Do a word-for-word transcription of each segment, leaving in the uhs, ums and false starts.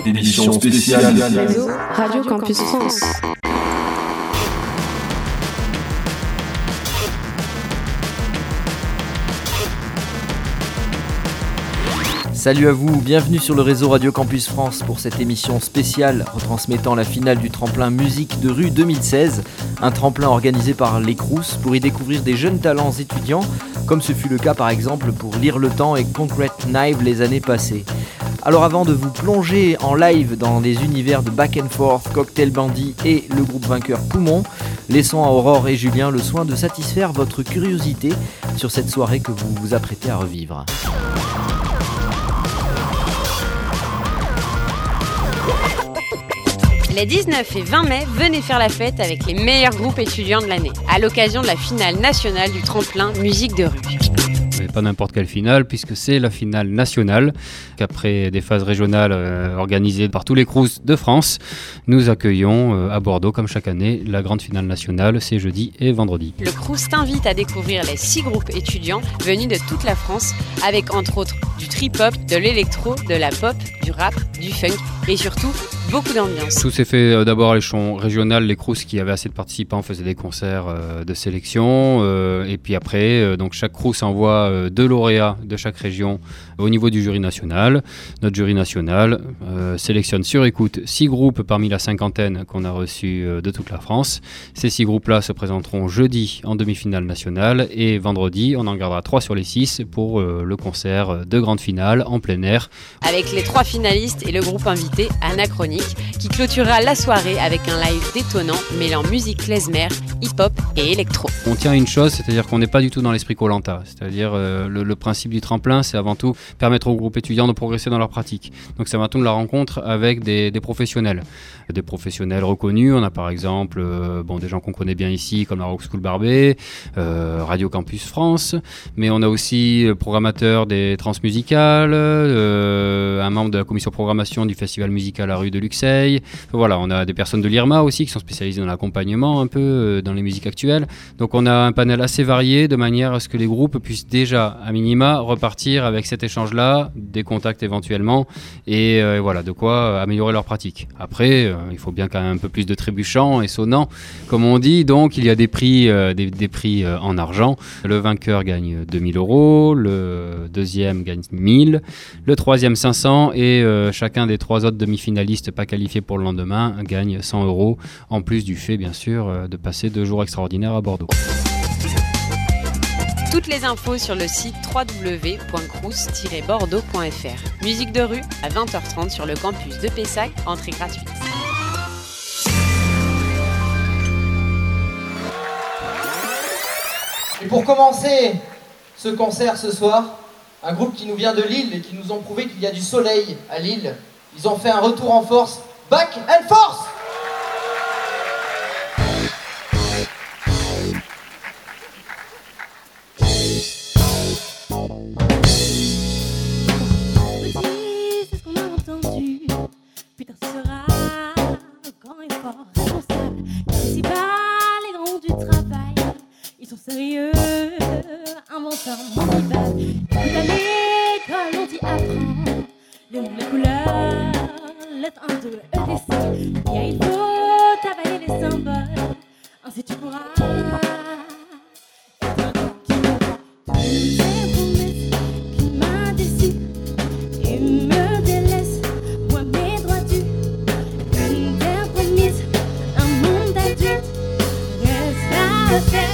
édition spéciale Réseau Radio Campus France. Salut à vous, bienvenue sur le réseau Radio Campus France pour cette émission spéciale retransmettant la finale du tremplin musique de rue deux mille seize, un tremplin organisé par les Crous pour y découvrir des jeunes talents étudiants, comme ce fut le cas par exemple pour Lire le Temps et Concrete Knive les années passées. Alors avant de vous plonger en live dans des univers de Back and Forth, Cocktail Bandit et le groupe vainqueur Poumon, laissons à Aurore et Julien le soin de satisfaire votre curiosité sur cette soirée que vous vous apprêtez à revivre. Les dix-neuf et vingt mai, venez faire la fête avec les meilleurs groupes étudiants de l'année, à l'occasion de la finale nationale du tremplin musique de rue. Mais pas n'importe quelle finale, puisque c'est la finale nationale, qu'après des phases régionales euh, organisées par tous les Crous de France, nous accueillons euh, à Bordeaux, comme chaque année, la grande finale nationale, c'est jeudi et vendredi. Le Crous t'invite à découvrir les six groupes étudiants venus de toute la France, avec entre autres du trip-hop, de l'électro, de la pop, du rap, du funk et surtout beaucoup d'ambiance. Tout s'est fait euh, d'abord à l'échelon régional, les Crous qui avaient assez de participants faisaient des concerts euh, de sélection, euh, et puis après, euh, donc chaque Crous envoie euh, deux lauréats de chaque région au niveau du jury national. Notre jury national euh, sélectionne sur écoute six groupes parmi la cinquantaine qu'on a reçus euh, de toute la France. Ces six groupes-là se présenteront jeudi en demi-finale nationale et vendredi, on en gardera trois sur les six pour euh, le concert de grande finale en plein air. Avec les trois finalistes et le groupe invité Anachronique qui clôturera la soirée avec un live détonnant mêlant musique klezmer, hip-hop et électro. On tient à une chose, c'est-à-dire qu'on n'est pas du tout dans l'esprit Koh-Lanta. C'est-à-dire euh, le, le principe du tremplin, c'est avant tout permettre aux groupes étudiants de progresser dans leur pratique. Donc c'est avant tout de la rencontre avec des, des professionnels. Des professionnels reconnus, on a par exemple euh, bon, des gens qu'on connaît bien ici comme la Rock School Barbet, euh, Radio Campus France, mais on a aussi le programmateur des transmusicales, euh, un membre de la commission programmation du festival musical à rue de Luxeuil. Voilà, on a des personnes de l'I R M A aussi qui sont spécialisées dans l'accompagnement un peu euh, dans les musiques actuelles. Donc on a un panel assez varié de manière à ce que les groupes puissent déjà à minima repartir avec cet échange-là, des contacts éventuellement, et euh, voilà, de quoi améliorer leur pratique. Après, euh, il faut bien quand même un peu plus de trébuchants et sonnants, comme on dit, donc il y a des prix, euh, des, des prix euh, en argent. Le vainqueur gagne deux mille euros, le deuxième gagne mille, le troisième cinq cents, et euh, chacun des trois autres demi-finalistes pas qualifiés pour le lendemain gagne cent euros, en plus du fait, bien sûr, euh, de passer deux jours extraordinaires à Bordeaux. Toutes les infos sur le site w w w point crous tiret bordeaux point f r. Musique de rue à vingt heures trente sur le campus de Pessac, entrée gratuite. Et pour commencer ce concert ce soir, un groupe qui nous vient de Lille et qui nous ont prouvé qu'il y a du soleil à Lille. Ils ont fait un retour en force. Back and Forth! Sérieux, inventeur, mondial. Écoute à l'école, on t'y apprend le nom, la couleur, lettre un, deux, E, D, C. Et il faut travailler les symboles, ainsi tu pourras être un qui toutes ces promesses qui m'a déçu et me délaisse, moi mes droits dus. Une terre promise, un monde adulte, reste à faire.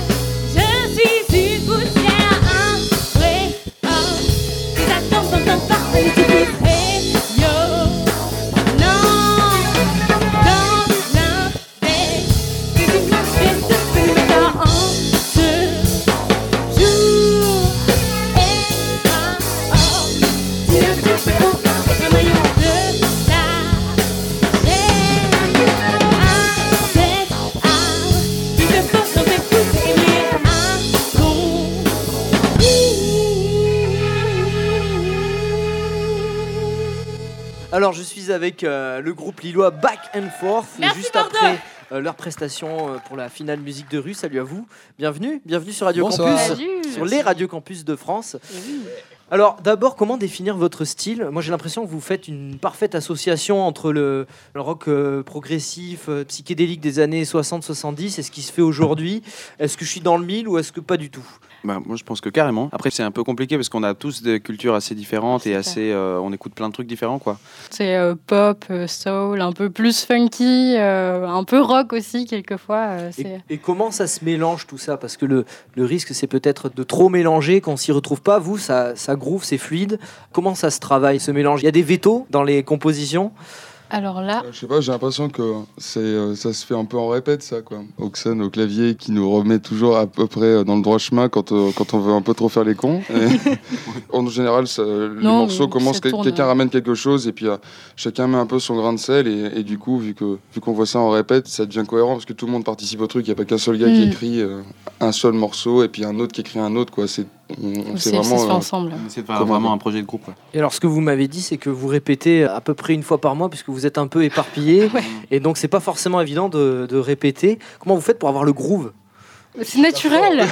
Alors je suis avec euh, le groupe lillois Back and Forth. Merci juste Bordeaux. après euh, leur prestation euh, pour la finale musique de rue. Salut à vous, bienvenue, bienvenue sur Radio Bonsoir. Campus, Salut. sur les Radio Campus de France. Oui. Alors d'abord, comment définir votre style ? Moi j'ai l'impression que vous faites une parfaite association entre le, le rock euh, progressif, euh, psychédélique des années soixante soixante-dix et ce qui se fait aujourd'hui. Est-ce que je suis dans le mille ou est-ce que pas du tout ? Bah, moi je pense que carrément. Après c'est un peu compliqué parce qu'on a tous des cultures assez différentes C'est et ça. assez, euh, on écoute plein de trucs différents quoi. C'est euh, pop, euh, soul, un peu plus funky, euh, un peu rock aussi quelquefois. euh, et, c'est... et comment ça se mélange tout ça ? Parce que le, le risque c'est peut-être de trop mélanger, qu'on s'y retrouve pas. Vous, ça, ça groove, c'est fluide. Comment ça se travaille, ce mélange ? Il y a des vétos dans les compositions ? Alors là, Euh, Je sais pas, j'ai l'impression que c'est, euh, ça se fait un peu en répète, ça, quoi. Oxen au clavier qui nous remet toujours à peu près dans le droit chemin quand, euh, quand on veut un peu trop faire les cons. Et en général, ça, les Non, morceaux mais commencent, ça quel- tourne, quelqu'un hein. ramène quelque chose et puis euh, chacun met un peu son grain de sel et, et du coup, vu, que, vu qu'on voit ça en répète, ça devient cohérent parce que tout le monde participe au truc. Il n'y a pas qu'un seul gars qui Mm. écrit euh, un seul morceau et puis un autre qui écrit un autre, quoi. C'est, on- c'est, c'est vraiment... ça se fait euh, ensemble. On essaie de faire Comment vraiment dire un projet de groupe. Ouais. Et alors ce que vous m'avez dit, c'est que vous répétez à peu près une fois par mois puisque vous êtes un peu éparpillé. Ouais. Et donc c'est pas forcément évident de, de répéter. Comment vous faites pour avoir le groove ? C'est naturel.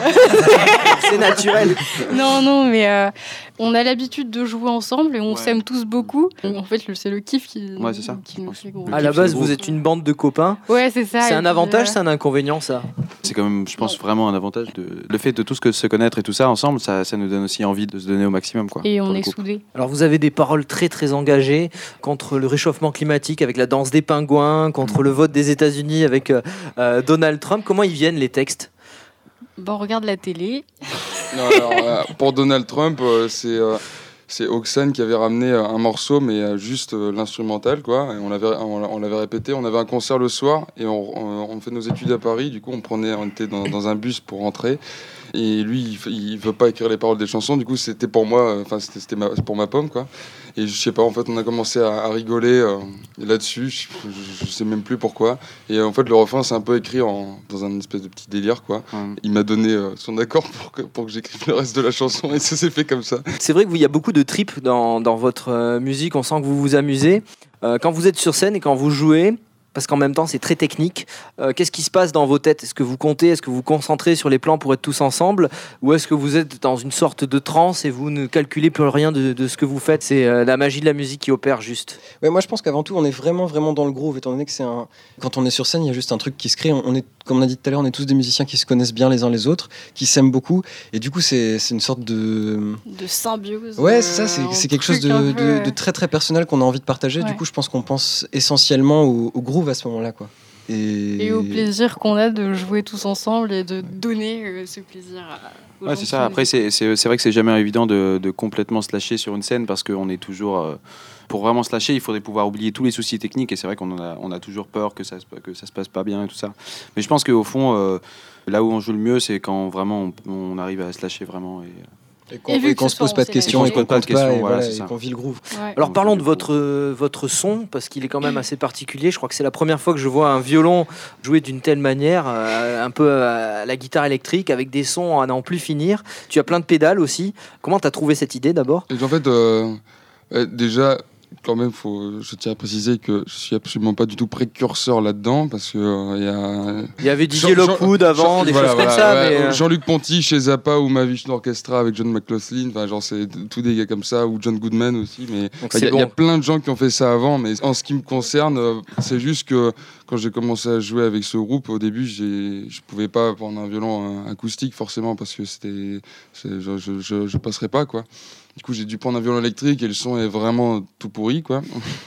C'est naturel. Non, non, mais euh, on a l'habitude de jouer ensemble et on Ouais. s'aime tous beaucoup. En fait, le- c'est le kiff qui, Ouais, c'est ça. qui nous fait gros. Le À la kiff, base, c'est le vous groupe. êtes une bande de copains. Ouais, c'est ça. C'est et un puis, avantage, euh, c'est un inconvénient, ça. C'est quand même, je pense, vraiment un avantage. De... Le fait de tous que se connaître et tout ça ensemble, ça, ça nous donne aussi envie de se donner au maximum. Quoi, Et pour on le est groupe. soudés. Alors vous avez des paroles très très engagées contre le réchauffement climatique avec la danse des pingouins, contre le vote des États-Unis avec euh, euh, Donald Trump. Comment ils viennent les textes ? Bon, on regarde la télé. Non, alors, euh, pour Donald Trump, euh, c'est euh, c'est Oxen qui avait ramené euh, un morceau, mais euh, juste euh, l'instrumental, quoi. Et on l'avait on, l'a- on l'avait répété. On avait un concert le soir et on, on, on fait nos études à Paris. Du coup, on prenait, on était dans, dans un bus pour rentrer. Et lui, il, f- il veut pas écrire les paroles des chansons. Du coup, c'était pour moi, enfin c'était c'était ma- pour ma pomme, quoi. Et je sais pas, en fait, on a commencé à, à rigoler euh, là-dessus. Je, je, je sais même plus pourquoi. Et euh, en fait, le refrain, c'est un peu écrit en, dans un espèce de petit délire, quoi. Ouais. Il m'a donné euh, son accord pour que, pour que j'écrive le reste de la chanson et ça s'est fait comme ça. C'est vrai qu'il y a beaucoup de trip dans, dans votre euh, musique, on sent que vous vous amusez. Euh, quand vous êtes sur scène et quand vous jouez, parce qu'en même temps c'est très technique, euh, qu'est-ce qui se passe dans vos têtes ? Est-ce que vous comptez, est-ce que vous vous concentrez sur les plans pour être tous ensemble ? Ou est-ce que vous êtes dans une sorte de transe et vous ne calculez plus rien de, de ce que vous faites ? C'est euh, la magie de la musique qui opère juste. Ouais, moi je pense qu'avant tout on est vraiment vraiment dans le groove étant donné que c'est un quand on est sur scène il y a juste un truc qui se crée, on est comme on a dit tout à l'heure on est tous des musiciens qui se connaissent bien les uns les autres, qui s'aiment beaucoup et du coup c'est, c'est une sorte de De symbiose. ouais c'est ça c'est, euh, c'est un quelque chose truc de, un peu, de, de très très personnel qu'on a envie de partager. Ouais. Du coup je pense qu'on pense essentiellement au, au groove à ce moment là quoi. Et, Et au plaisir qu'on a de jouer tous ensemble et de donner euh, ce plaisir à, aux Ouais, gens c'est qui ça. nous Après, écoutent. c'est, c'est, c'est vrai que c'est jamais évident de, de complètement se lâcher sur une scène parce qu'on est toujours. euh, pour vraiment se lâcher, il faudrait pouvoir oublier tous les soucis techniques et c'est vrai qu'on en a, on a toujours peur que ça, se, que ça se passe pas bien et tout ça. Mais je pense qu'au fond, euh, là où on joue le mieux, c'est quand vraiment on, on arrive à se lâcher vraiment. Et, et qu'on, Et vu et que qu'on ce se pose soit pas de en questions et scénario. qu'on Pas de compte pas questions, et, voilà, voilà, c'est et ça. qu'on vit le groove. Ouais. Alors Donc, parlons du de coup- votre, euh, votre son, parce qu'il est quand même assez particulier. Je crois que c'est la première fois que je vois un violon jouer d'une telle manière, euh, un peu à la guitare électrique, avec des sons à n'en plus finir. Tu as plein de pédales aussi. Comment tu as trouvé cette idée d'abord ? Et en fait, euh, euh, déjà, quand même, faut, je tiens à préciser que je suis absolument pas du tout précurseur là-dedans parce que euh, il y a. Il y avait Didier Jean- Jean- Lockwood avant, Jean- des voilà, choses comme voilà, ça. ouais, mais, euh, Jean-Luc Ponty chez Zappa ou Mavish Orchestra avec John McLaughlin, enfin genre c'est tous des gars comme ça, ou John Goodman aussi, mais Donc il y, c'est a- il y a bon. plein de gens qui ont fait ça avant, mais en ce qui me concerne, euh, c'est juste que quand j'ai commencé à jouer avec ce groupe, au début, j'ai, je pouvais pas prendre un violon euh, acoustique forcément parce que c'était, c'est- je, je, je, je passerais pas quoi. Du coup, j'ai dû prendre un violon électrique et le son est vraiment tout pourri, quoi.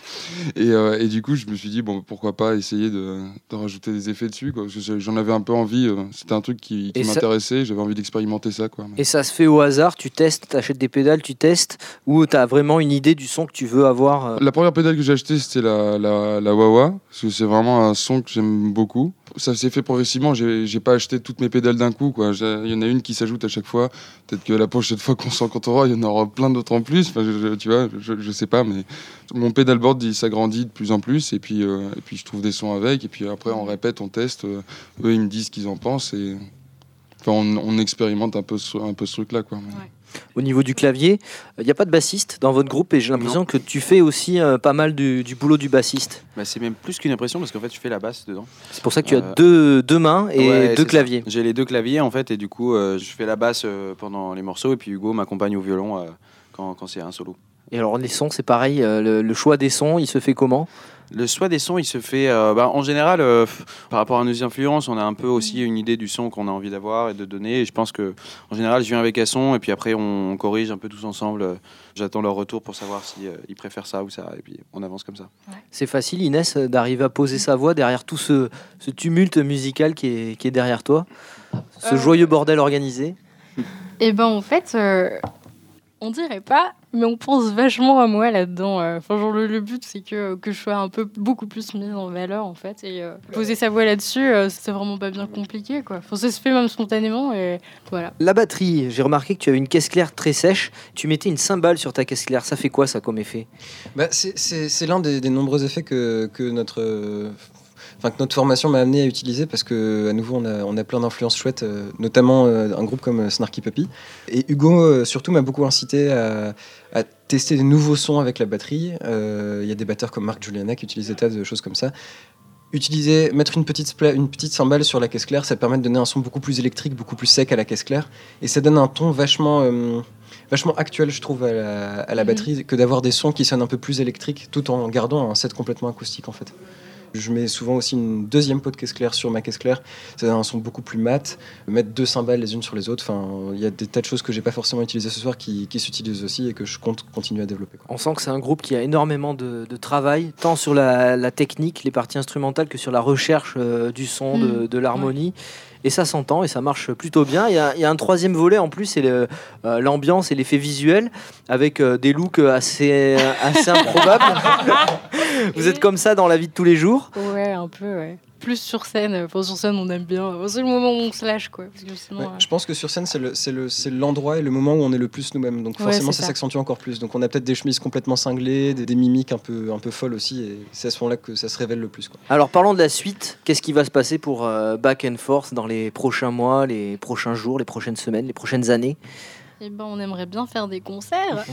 et, euh, et du coup, je me suis dit, bon, pourquoi pas essayer de, de rajouter des effets dessus, quoi. Parce que j'en avais un peu envie. euh, C'était un truc qui, qui Et ça- m'intéressait. J'avais envie d'expérimenter ça, quoi. Et ça se fait au hasard, tu testes, tu achètes des pédales, tu testes, ou tu as vraiment une idée du son que tu veux avoir euh, La première pédale que j'ai achetée, c'était la, la, la Wawa, parce que c'est vraiment un son que j'aime beaucoup. Ça s'est fait progressivement, j'ai j'ai pas acheté toutes mes pédales d'un coup, quoi. J'ai- Il y en a une qui s'ajoute à chaque fois. Peut-être que la prochaine fois qu'on s'en rencontrera, il y en aura plein d'autres en plus. Enfin, je, je- tu vois, je, je sais pas, mais mon pédalboard, il s'agrandit de plus en plus, et puis, euh, et puis je trouve des sons avec, et puis après on répète, on teste. euh, eux, ils me disent ce qu'ils en pensent, et enfin, on, on expérimente un peu ce, un peu ce truc-là, quoi. au niveau du clavier. Il n'y a pas de bassiste dans votre groupe et j'ai l'impression que tu fais aussi euh, pas mal du, du boulot du bassiste. Bah, c'est même plus qu'une impression parce qu'en fait, je fais la basse dedans. C'est pour ça que tu as Euh, deux, deux mains et Ouais, deux c'est ça. claviers. J'ai les deux claviers en fait, et du coup, euh, je fais la basse euh, pendant les morceaux, et puis Hugo m'accompagne au violon euh, quand, quand c'est un solo. Et alors les sons, c'est pareil, euh, le, le choix des sons, il se fait comment ? Le choix des sons, il se fait euh, bah, en général euh, par rapport à nos influences, on a un peu aussi une idée du son qu'on a envie d'avoir et de donner. Et je pense que en général, je viens avec un son et puis après on, on corrige un peu tous ensemble. J'attends leur retour pour savoir si euh, ils préfèrent ça ou ça et puis on avance comme ça. Ouais. C'est facile, Inès, d'arriver à poser sa voix derrière tout ce, ce tumulte musical qui est, qui est derrière toi, ce euh... joyeux bordel organisé. Et ben en fait. Euh... On dirait pas, mais on pense vachement à moi là-dedans. Enfin, genre, le, le but, c'est que, que je sois un peu beaucoup plus mise en valeur, en fait. Et euh, poser sa voix là-dessus, euh, c'est vraiment pas bien compliqué, quoi. Enfin, ça se fait même spontanément, et voilà. La batterie, j'ai remarqué que tu avais une caisse claire très sèche. Tu mettais une cymbale sur ta caisse claire. Ça fait quoi, ça, comme effet ? bah, c'est, c'est, c'est l'un des, des nombreux effets que, que notre... Euh... Enfin, que notre formation m'a amené à utiliser parce que à nouveau on a, on a plein d'influences chouettes, euh, notamment euh, un groupe comme Snarky Puppy. Et Hugo euh, surtout m'a beaucoup incité à, à tester des nouveaux sons avec la batterie. Il euh, y a des batteurs comme Marc Juliana qui utilisent des tas de choses comme ça. Utiliser, mettre une petite, spla- une petite cymbale sur la caisse claire, ça permet de donner un son beaucoup plus électrique, beaucoup plus sec à la caisse claire. Et ça donne un ton vachement... Euh, vachement actuel, je trouve, à la, à la batterie, mmh. que d'avoir des sons qui sonnent un peu plus électriques tout en gardant un set complètement acoustique en fait. Je mets souvent aussi une deuxième peau de caisse claire sur ma caisse claire. Ça donne un son beaucoup plus mat. Mettre deux cymbales les unes sur les autres. Enfin, il y a des tas de choses que j'ai pas forcément utilisées ce soir qui, qui s'utilisent aussi et que je compte continuer à développer, quoi. On sent que c'est un groupe qui a énormément de, de travail, tant sur la, la technique, les parties instrumentales, que sur la recherche euh, du son, mmh. de, de l'harmonie. Ouais. Et ça s'entend et ça marche plutôt bien. Il y a, il y a un troisième volet en plus, c'est le, euh, l'ambiance et l'effet visuel avec euh, des looks assez, assez improbables. Vous êtes comme ça dans la vie de tous les jours ? Ouais, un peu, ouais. Plus sur scène, enfin, sur scène on aime bien. C'est le moment où on se lâche, quoi. Parce que sinon, ouais, euh... Je pense que sur scène c'est, le, c'est, le, c'est l'endroit et le moment où on est le plus nous-mêmes. Donc forcément ouais, ça, ça s'accentue encore plus. Donc on a peut-être des chemises complètement cinglées, des, des mimiques un peu, un peu folles aussi. Et c'est à ce moment-là que ça se révèle le plus, quoi. Alors parlons de la suite. Qu'est-ce qui va se passer pour euh, Back and Forth dans les prochains mois, les prochains jours, les prochaines semaines, les prochaines années ? Eh ben, on aimerait bien faire des concerts.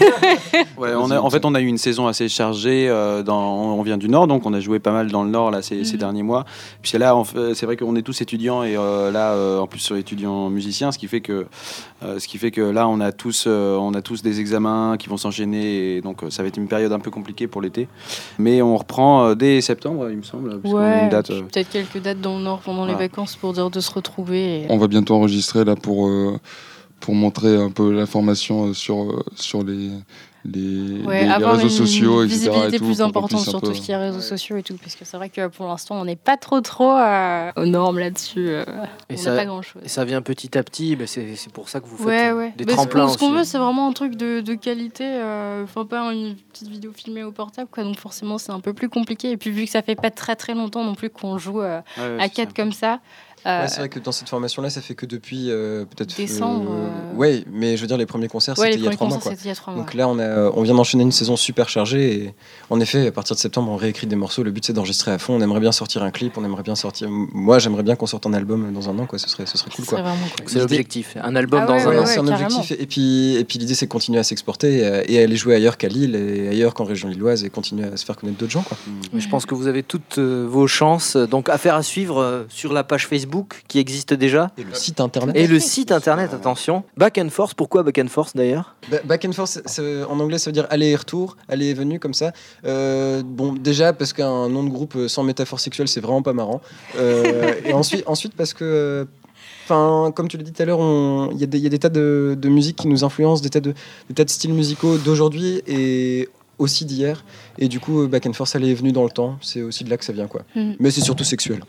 ouais, on a, en fait, on a eu une saison assez chargée. Euh, dans, on vient du Nord, donc on a joué pas mal dans le Nord là, ces, mmh. ces derniers mois. Puis là, on fait, c'est vrai qu'on est tous étudiants et euh, là, euh, en plus, sur étudiants musiciens, ce qui fait que, euh, ce qui fait que là, on a tous, euh, on a tous des examens qui vont s'enchaîner. Et donc, ça va être une période un peu compliquée pour l'été. Mais on reprend euh, dès septembre, il me semble. Ouais, a une date, euh... peut-être quelques dates dans le Nord pendant voilà. les vacances pour dire de se retrouver. Et... On va bientôt enregistrer là pour. Euh... pour montrer un peu l'information sur, sur les, les, ouais, les, les réseaux sociaux, et cetera. Visibilité et tout, plus importante sur tout ce qui est réseaux sociaux et tout, parce que c'est vrai que pour l'instant on n'est pas trop trop euh, aux normes là-dessus. Euh, et on ça, n'a pas grand-chose. Et ça vient petit à petit, bah c'est, c'est pour ça que vous faites ouais, ouais. des bah, tremplins ce, aussi. Ce qu'on veut, c'est vraiment un truc de, de qualité, enfin euh, pas une petite vidéo filmée au portable, quoi. Donc forcément c'est un peu plus compliqué. Et puis vu que ça fait pas très très longtemps non plus qu'on joue euh, ouais, ouais, à quatre comme ça. Euh, ouais, c'est vrai que dans cette formation-là, ça fait que depuis euh, peut-être décembre. Euh, euh... Ouais, mais je veux dire, les premiers concerts, ouais, c'était, les il y a trois mois, c'était il y a trois mois. Donc là, on, a, on vient d'enchaîner une saison super chargée. Et en effet, à partir de septembre, on réécrit des morceaux. Le but, c'est d'enregistrer à fond. On aimerait bien sortir un clip. On aimerait bien sortir. Moi, j'aimerais bien qu'on sorte un album dans un an, quoi. Ce serait, ce serait cool, quoi. Cool. C'est l'objectif. Un album ah dans ouais, un ouais, an. Ouais, c'est un carrément. objectif. Et puis, et puis, l'idée, c'est de continuer à s'exporter et, et aller jouer ailleurs qu'à Lille et ailleurs qu'en région lilloise et continuer à se faire connaître d'autres gens, quoi. Mmh. Je pense que vous avez toutes euh, vos chances. Donc, affaire à suivre euh, sur la page Facebook qui existe déjà. Et le site internet. Et le site internet, attention. Back and Forth, pourquoi Back and Forth d'ailleurs ? ba- Back and Forth, c'est, c'est, en anglais, ça veut dire aller et retour, aller et venu, comme ça. Euh, bon, déjà, parce qu'un nom de groupe sans métaphore sexuelle, c'est vraiment pas marrant. Euh, et ensuite, ensuite, parce que. Enfin, comme tu l'as dit tout à l'heure, il y, y a des tas de, de musiques qui nous influencent, des tas de, des tas de styles musicaux d'aujourd'hui et aussi d'hier. Et du coup, Back and Forth, elle est venue dans le temps. C'est aussi de là que ça vient, quoi. Mm. Mais c'est surtout sexuel.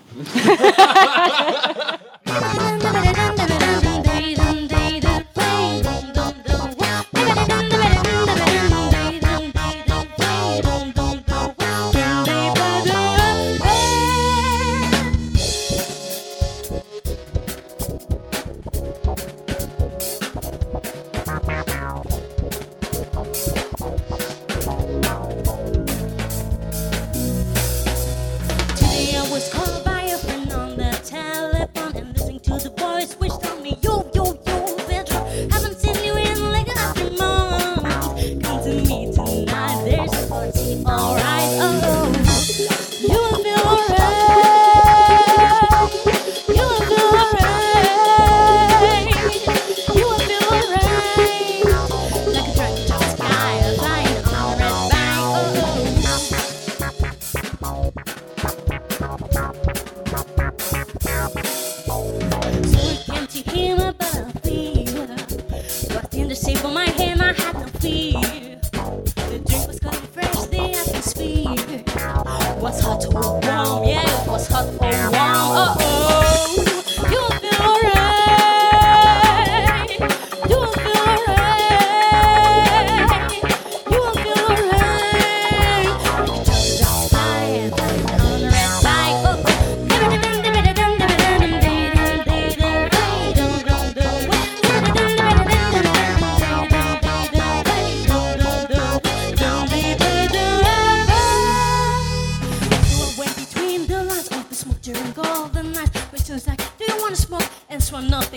Like a dragon.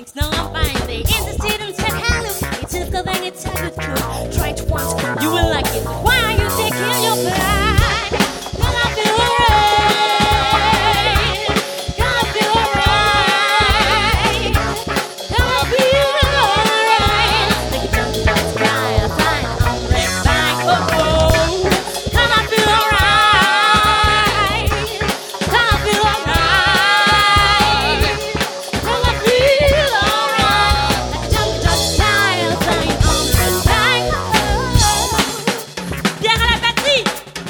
things now I'm fine. They insisted and said hello. It's simpler than it's ever could. Try it once, you will like it. Why are you taking your pride? Well, I feel alright. Gonna feel alright. Gonna feel alright. Take it down to the sky. I find I'm right back. Oh, oh. Gonna feel alright. Gonna feel alright. Gonna feel alright. Like jump to the sky. I find I'm right back. Oh. Pierre à la batterie.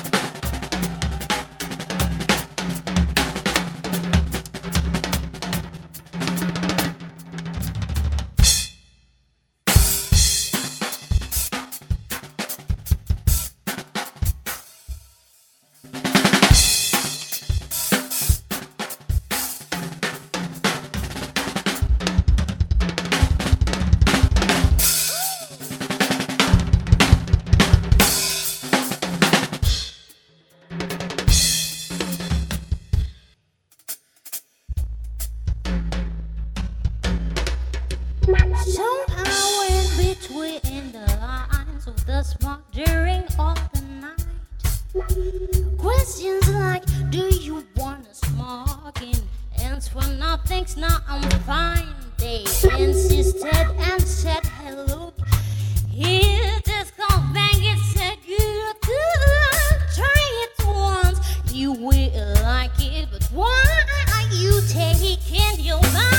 Somehow in between the lines of the smoke during all the night, questions like, do you wanna smoke? And answer nothing's now I'm fine. They insisted and said hello. Here this come back and said you could try it once. You will like it, but why are you taking your mind?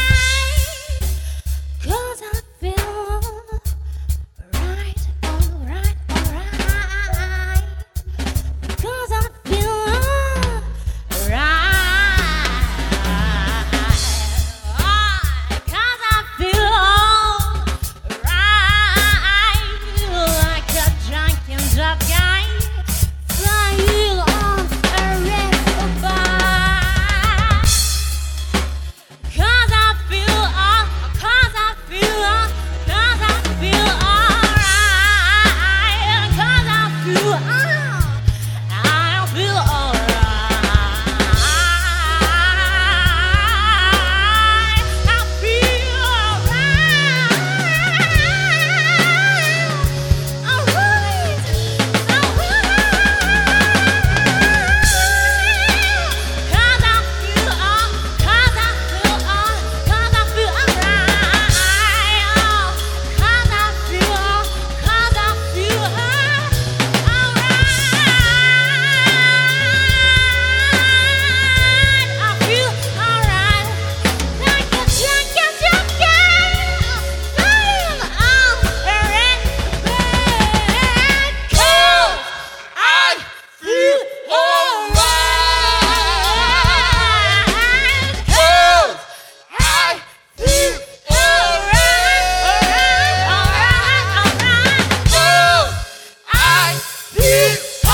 Cause I feel alright, alright, alright. Cause I feel alright. Cause I feel alright. Like a drunken drop guy flying on a red bus. Cause I feel all, cause I feel all, cause I feel alright. Cause I feel all, I feel alright. I feel alright. Alright, alright. Cause I feel all, cause I feel all, cause I feel alright. Cause I feel all, cause I feel alright. I feel alright. Like a drunken drunk guy flying on a red bed. Cause I feel alright. Cause I feel alright. Alright, alright, alright. Cause I feel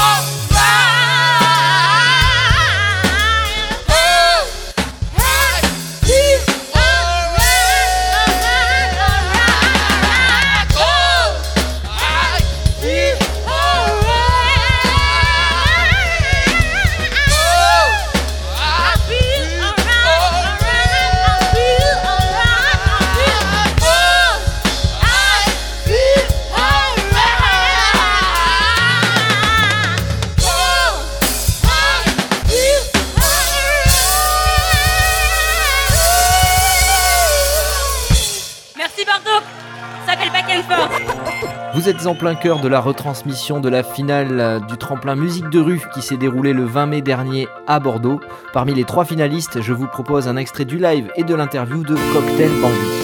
Merci Bordeaux, ça s'appelle Back and Forth. Vous êtes en plein cœur de la retransmission de la finale du tremplin musique de rue qui s'est déroulée le vingt mai dernier à Bordeaux. Parmi les trois finalistes, je vous propose un extrait du live et de l'interview de Cocktail Bandit.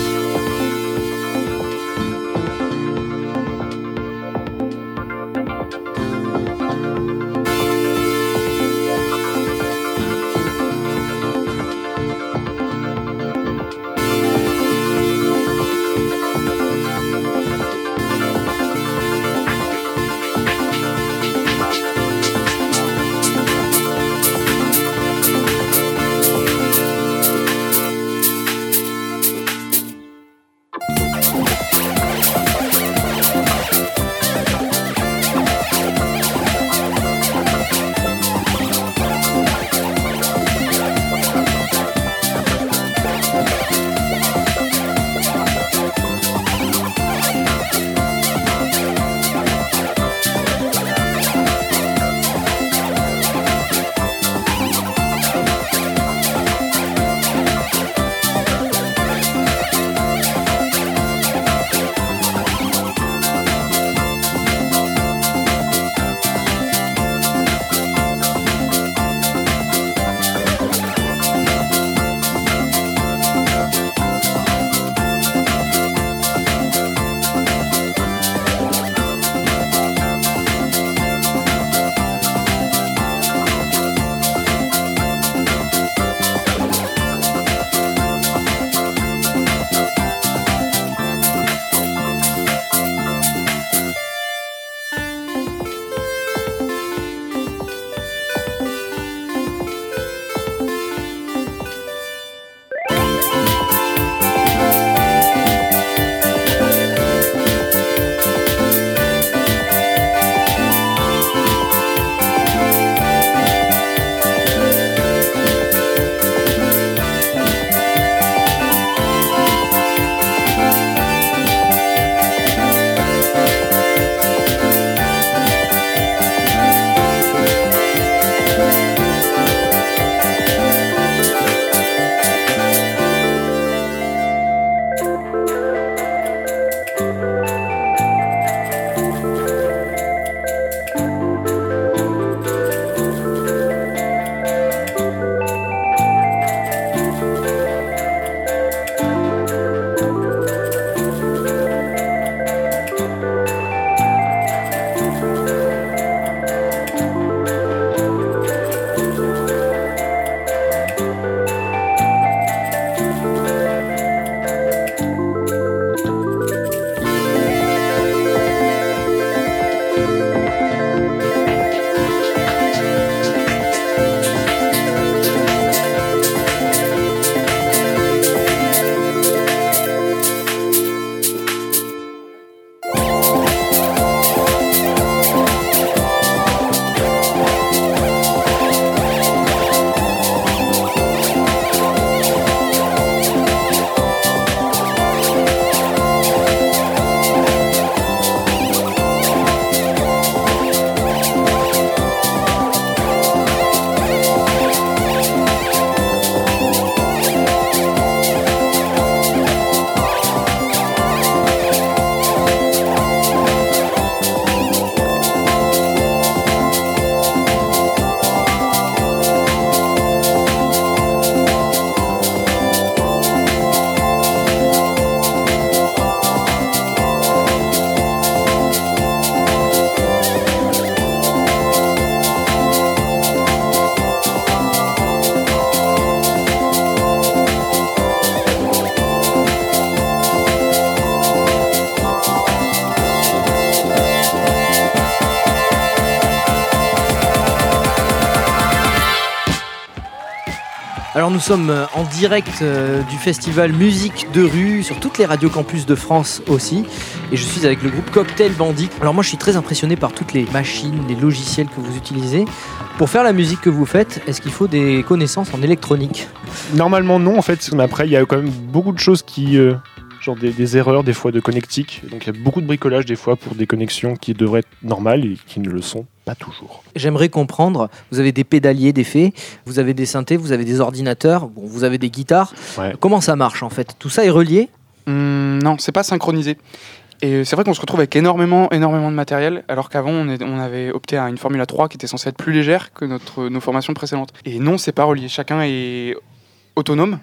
Alors nous sommes en direct euh, du festival Musique de rue sur toutes les radios campus de France aussi, et je suis avec le groupe Cocktail Bandit. Alors moi je suis très impressionné par toutes les machines, les logiciels que vous utilisez. Pour faire la musique que vous faites, est-ce qu'il faut des connaissances en électronique ? Normalement non en fait, mais après il y a quand même beaucoup de choses qui... Euh... genre des, des erreurs des fois de connectique, donc il y a beaucoup de bricolage des fois pour des connexions qui devraient être normales et qui ne le sont pas toujours. J'aimerais comprendre, vous avez des pédaliers d'effets, vous avez des synthés, vous avez des ordinateurs, bon, vous avez des guitares, ouais. Comment ça marche en fait ? Tout ça est relié ? Hum, non, c'est pas synchronisé. Et c'est vrai qu'on se retrouve avec énormément, énormément de matériel, alors qu'avant on, est, on avait opté à une Formula trois qui était censée être plus légère que notre, nos formations précédentes. Et non, c'est pas relié, chacun est autonome.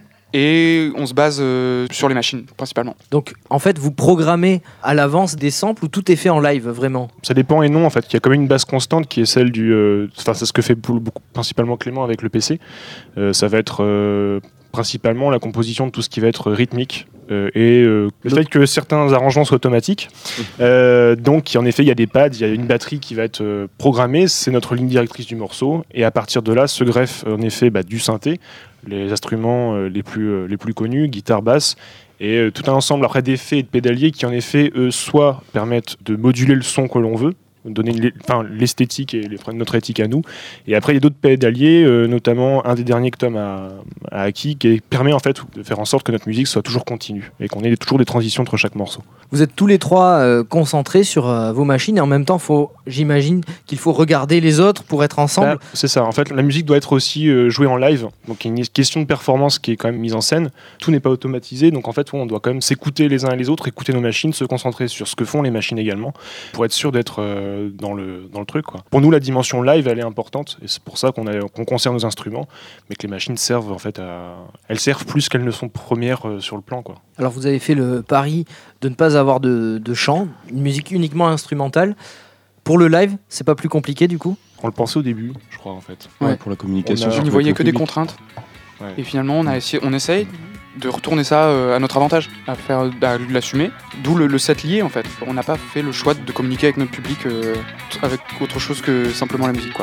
Et on se base euh, sur les machines, principalement. Donc, en fait, vous programmez à l'avance des samples ou tout est fait en live, vraiment ? Ça dépend et non, en fait. Il y a quand même une base constante qui est celle du... Enfin, euh, c'est ce que fait beaucoup, principalement Clément avec le P C. Euh, ça va être euh, principalement la composition de tout ce qui va être rythmique. Euh, et euh, le fait que certains arrangements soient automatiques. Euh, donc, en effet, il y a des pads, il y a une batterie qui va être euh, programmée. C'est notre ligne directrice du morceau. Et à partir de là, se greffe en effet bah, du synthé, les instruments euh, les, plus, euh, les plus connus, guitare, basse, et euh, tout un ensemble après d'effets et de pédaliers qui en effet, eux, soit permettent de moduler le son que l'on veut, donner une, enfin, l'esthétique et les, notre éthique à nous. Et après, il y a d'autres pédaliers, euh, notamment un des derniers que Tom a, a acquis, qui permet en fait de faire en sorte que notre musique soit toujours continue et qu'on ait toujours des transitions entre chaque morceau. Vous êtes tous les trois euh, concentrés sur euh, vos machines et en même temps, faut, j'imagine qu'il faut regarder les autres pour être ensemble. Bah, c'est ça. En fait, la musique doit être aussi euh, jouée en live. Donc, il y a une question de performance qui est quand même mise en scène. Tout n'est pas automatisé. Donc, en fait, on doit quand même s'écouter les uns et les autres, écouter nos machines, se concentrer sur ce que font les machines également, pour être sûr d'être euh, dans le dans le truc, quoi. Pour nous, la dimension live, elle est importante. Et c'est pour ça qu'on a, qu'on conserve nos instruments, mais que les machines servent en fait à... Elles servent plus qu'elles ne sont premières euh, sur le plan, quoi. Alors, vous avez fait le pari de ne pas avoir de, de chant, une musique uniquement instrumentale. Pour le live, c'est pas plus compliqué du coup ? On le pensait au début, je crois, en fait. Ouais, pour la communication. On n'y voyait que des contraintes. Ouais. Et finalement, on, a essayé, on essaye de retourner ça euh, à notre avantage, à faire, à l'assumer. D'où le, le set lié, en fait. On n'a pas fait le choix de communiquer avec notre public euh, avec autre chose que simplement la musique, quoi.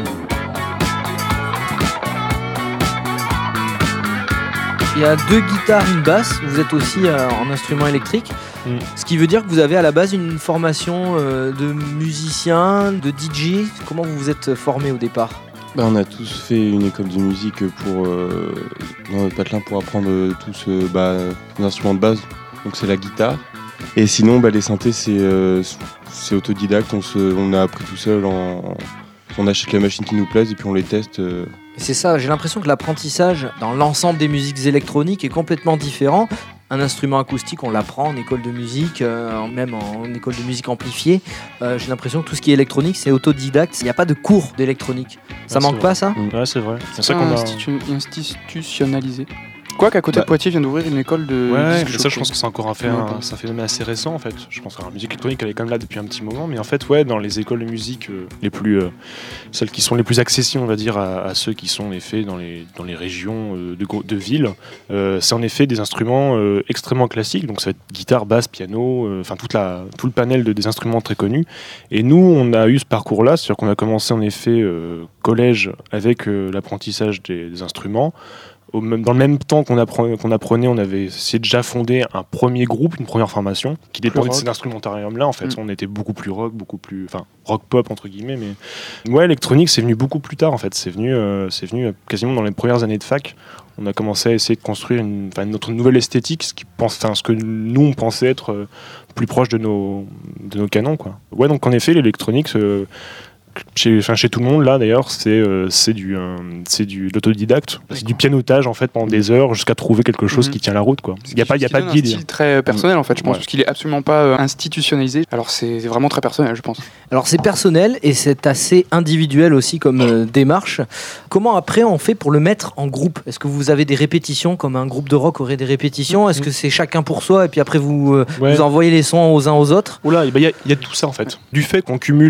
Il y a deux guitares, une basse. Vous êtes aussi euh, en instrument électrique. Mm. Ce qui veut dire que vous avez à la base une formation euh, de musicien, de D J. Comment vous vous êtes formé au départ ? Bah, on a tous fait une école de musique pour, euh, dans notre patelin pour apprendre euh, tous euh, bah, nos instruments de base. Donc c'est la guitare. Et sinon, bah, les synthés, c'est, euh, c'est autodidacte. On, se, on a appris tout seul. En, on achète les machines qui nous plaisent et puis on les teste. Euh. C'est ça, j'ai l'impression que l'apprentissage dans l'ensemble des musiques électroniques est complètement différent. Un instrument acoustique, on l'apprend en école de musique, euh, même en école de musique amplifiée. Euh, j'ai l'impression que tout ce qui est électronique, c'est autodidacte. Il n'y a pas de cours d'électronique. Ça ouais, manque pas, ça ? Ouais, c'est vrai. C'est, c'est ça qu'on a institu- institutionnalisé. Quoi qu'à côté bah, de Poitiers vient d'ouvrir une école de ouais, disque ça je pense que c'est encore un, fait, un, c'est un phénomène assez récent en fait. Je pense que la musique électronique elle est quand même là depuis un petit moment, mais en fait ouais, dans les écoles de musique euh, les plus euh, celles qui sont les plus accessibles on va dire à, à ceux qui sont en effet dans les dans les régions euh, de, de villes, euh, c'est en effet des instruments euh, extrêmement classiques, donc ça va être guitare, basse, piano, enfin euh, toute la tout le panel de des instruments très connus. Et nous on a eu ce parcours là, c'est-à-dire qu'on a commencé en effet euh, collège avec euh, l'apprentissage des, des instruments. Au même, dans le même temps qu'on, apprenait, qu'on apprenait, on avait essayé déjà fondé un premier groupe, une première formation, qui dépendait de cet instrumentarium-là. En fait, mmh. on était beaucoup plus rock, beaucoup plus, enfin rock pop entre guillemets. Mais ouais, électronique, c'est venu beaucoup plus tard. En fait, c'est venu, euh, c'est venu quasiment dans les premières années de fac. On a commencé à essayer de construire une, notre nouvelle esthétique, ce qui pense, ce que nous on pensait être euh, plus proche de nos, de nos canons, quoi. Ouais, donc en effet, l'électronique. Euh, Chez, enfin, chez tout le monde là d'ailleurs c'est, euh, c'est, du, euh, c'est du l'autodidacte, c'est du pianotage en fait pendant des heures jusqu'à trouver quelque chose mmh. qui tient la route quoi. Il n'y a pas, il y a pas de guide. C'est un style très personnel en fait je pense ouais. parce qu'il est absolument pas euh, institutionnalisé. Alors c'est vraiment très personnel je pense. Alors c'est personnel et c'est assez individuel aussi comme euh, démarche. Comment après on fait pour le mettre en groupe ? Est-ce que vous avez des répétitions comme un groupe de rock aurait des répétitions ? Est-ce que c'est chacun pour soi et puis après vous, euh, ouais. vous envoyez les sons aux uns aux autres ? Oula, il y, y a tout ça en fait. Du fait qu'on cumule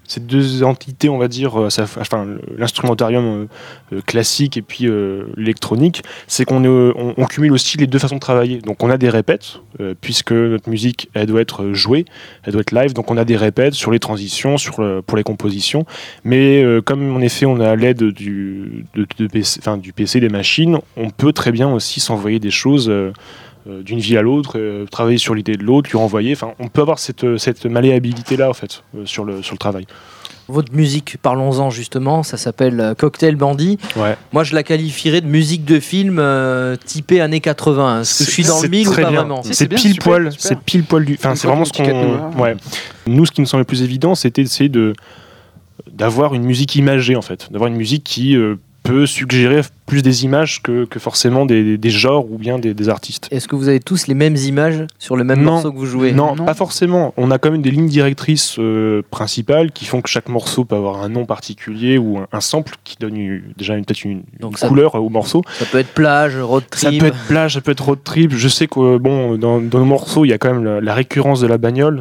ces deux entités, on va dire, euh, ça, enfin, l'instrumentarium euh, classique et puis euh, l'électronique, c'est qu'on euh, on, on cumule aussi les deux façons de travailler. Donc on a des répètes, euh, puisque notre musique, elle doit être jouée, elle doit être live, donc on a des répètes sur les transitions, sur le, pour les compositions, mais euh, comme en effet on a l'aide du, de, de P C, enfin, du P C, des machines, on peut très bien aussi s'envoyer des choses euh, d'une vie à l'autre, euh, travailler sur l'idée de l'autre, lui renvoyer. Enfin, on peut avoir cette, cette malléabilité-là, en fait, euh, sur, le, sur le travail. Votre musique, parlons-en justement, ça s'appelle euh, Cocktail Bandit. Ouais. Moi, je la qualisfierais de musique de film euh, typée années quatre-vingts. Est-ce que je suis dans le mille ou pas bien. vraiment? C'est, c'est pile poil, c'est pile poil du. Enfin, c'est vraiment ce qu'on. Ouais. Nous, ce qui nous semble le plus évident, c'était d'essayer de d'avoir une musique imagée, en fait, d'avoir une musique qui euh, peut suggérer plus des images que, que forcément des, des genres ou bien des, des artistes. Est-ce que vous avez tous les mêmes images sur le même non, morceau que vous jouez? non, non, pas forcément. On a quand même des lignes directrices euh, principales qui font que chaque morceau peut avoir un nom particulier ou un, un sample qui donne une, déjà une, peut-être une, Donc une ça, couleur au morceau. Ça peut être plage, road trip. Ça peut être plage, ça peut être road trip. Je sais que bon, dans, dans nos morceaux, il y a quand même la, la récurrence de la bagnole.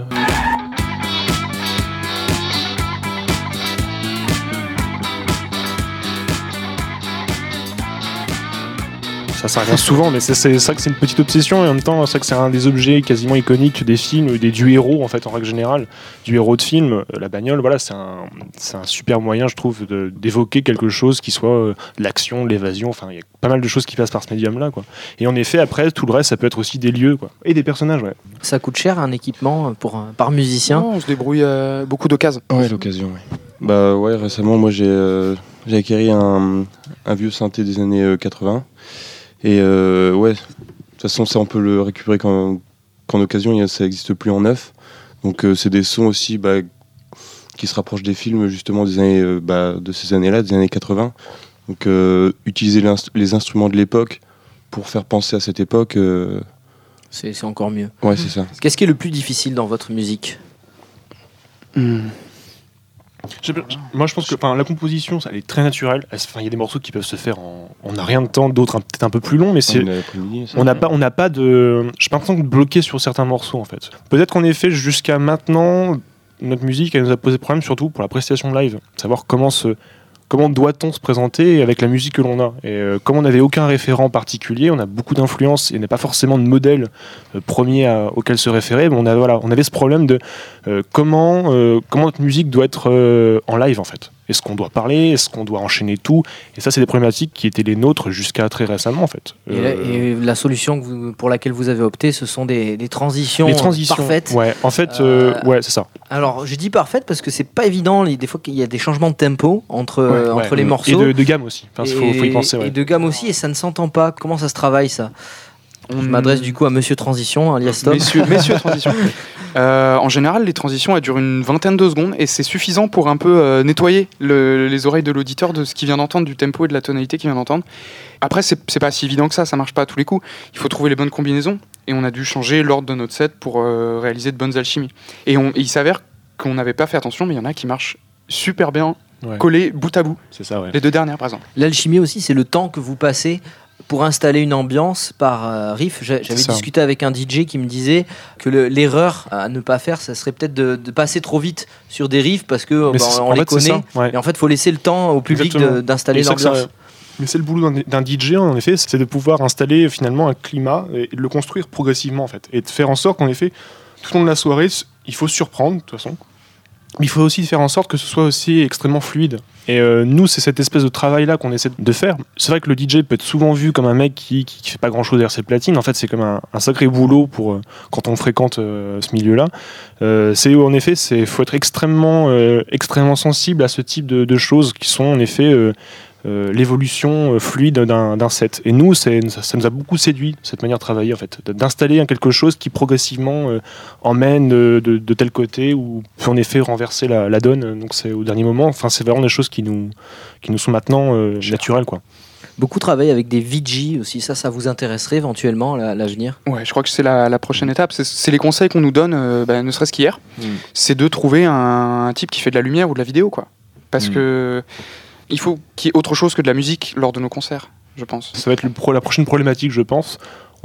Ça, ça revient souvent, mais c'est, c'est ça que c'est une petite obsession et en même temps, c'est ça que c'est un des objets quasiment iconiques des films, des, du héros en fait en règle générale, du héros de film. La bagnole, voilà, c'est un, c'est un super moyen, je trouve, de, d'évoquer quelque chose qui soit euh, de l'action, de l'évasion. Enfin, il y a pas mal de choses qui passent par ce médium-là, quoi. Et en effet, après, tout le reste, ça peut être aussi des lieux, quoi, et des personnages, ouais. Ça coûte cher un équipement pour un, par musicien? Non, on se débrouille euh, beaucoup d'occasions. Ouais, l'occasion, ouais. Bah ouais, récemment, moi j'ai, euh, j'ai acquéri un, un vieux synthé des années euh, quatre-vingts. Et euh, ouais, de toute façon, ça on peut le récupérer qu'en, qu'en occasion, ça n'existe plus en neuf. Donc euh, c'est des sons aussi bah, qui se rapprochent des films justement des années, euh, bah, de ces années-là, des années quatre-vingts. Donc euh, utiliser les instruments de l'époque pour faire penser à cette époque. Euh... C'est, c'est encore mieux. Ouais, c'est ça. Qu'est-ce qui est le plus difficile dans votre musique? mmh. Je, moi je pense que la composition ça, elle est très naturelle. Il y a des morceaux qui peuvent se faire en, en un rien de temps, d'autres un, peut-être un peu plus longs, mais c'est, on n'a pas, on n'a pas de, je n'ai pas l'impression de bloquer sur certains morceaux en fait. Peut-être qu'en effet jusqu'à maintenant notre musique elle nous a posé problème surtout pour la prestation live, savoir comment se Comment doit-on se présenter avec la musique que l'on a? Et euh, comme on n'avait aucun référent particulier, on a beaucoup d'influences et on n'a pas forcément de modèle euh, premier à, auquel se référer, mais on, a, voilà, on avait ce problème de euh, comment, euh, comment notre musique doit être euh, en live en fait. Est-ce qu'on doit parler? Est-ce qu'on doit enchaîner tout? Et ça, c'est des problématiques qui étaient les nôtres jusqu'à très récemment, en fait. Et, là, euh... et la solution que vous, pour laquelle vous avez opté, ce sont des, des transitions, les transitions parfaites. Ouais, en fait, euh, euh, ouais, c'est ça. Alors, je dis parfaites parce que c'est pas évident. Des fois, il y a des changements de tempo entre, ouais, euh, entre ouais, les ouais. morceaux. Et de, de gamme aussi. Enfin, et, faut, faut y penser. Ouais. Et de gamme aussi, et ça ne s'entend pas. Comment ça se travaille, ça? On Je m'adresse du coup à Monsieur Transition, alias Tom. Messieurs, messieurs Transition. Euh, en général, les transitions elles durent une vingtaine de secondes et c'est suffisant pour un peu euh, nettoyer le, les oreilles de l'auditeur de ce qu'il vient d'entendre, du tempo et de la tonalité qu'il vient d'entendre. Après, c'est, c'est pas si évident que ça, ça marche pas à tous les coups. Il faut trouver les bonnes combinaisons et on a dû changer l'ordre de notre set pour euh, réaliser de bonnes alchimies. Et, on, et il s'avère qu'on n'avait pas fait attention, mais il y en a qui marchent super bien, ouais. collés bout à bout. C'est ça, ouais. Les deux dernières, par exemple. L'alchimie aussi, c'est le temps que vous passez pour installer une ambiance par euh, riff. J'avais discuté avec un D J qui me disait que le, l'erreur à ne pas faire, ça serait peut-être de, de passer trop vite sur des riffs parce que bah, on les fait, connaît. Ouais. Et en fait, il faut laisser le temps au public de, d'installer l'ambiance. Ça, mais c'est le boulot d'un, d'un D J, en effet, c'est de pouvoir installer finalement un climat et de le construire progressivement, en fait. Et de faire en sorte qu'en effet, tout au long de la soirée, il faut surprendre, de toute façon. Mais il faut aussi faire en sorte que ce soit aussi extrêmement fluide. Et euh, nous, c'est cette espèce de travail-là qu'on essaie de faire. C'est vrai que le D J peut être souvent vu comme un mec qui, qui, qui fait pas grand-chose derrière ses platines. En fait, c'est comme un, un sacré boulot pour euh, quand on fréquente euh, ce milieu-là. Euh, c'est en effet, c'est faut être extrêmement, euh, extrêmement sensible à ce type de, de choses qui sont en effet euh, euh, l'évolution fluide d'un, d'un set. Et nous, c'est, ça, ça nous a beaucoup séduit cette manière de travailler en fait, d'installer quelque chose qui progressivement euh, emmène de, de, de tel côté ou peut en effet renverser la, la donne. Donc c'est au dernier moment. Enfin, c'est vraiment des choses qui nous, qui nous sont maintenant euh, naturelles, quoi. Beaucoup travaillent avec des V J aussi, ça, ça vous intéresserait éventuellement à l'avenir? Ouais, je crois que c'est la, la prochaine étape. C'est, c'est les conseils qu'on nous donne, euh, bah, ne serait-ce qu'hier. Mm. C'est de trouver un, un type qui fait de la lumière ou de la vidéo, quoi. Parce mm. que il faut qu'il y ait autre chose que de la musique lors de nos concerts, je pense. Ça va être le pro, la prochaine problématique, je pense.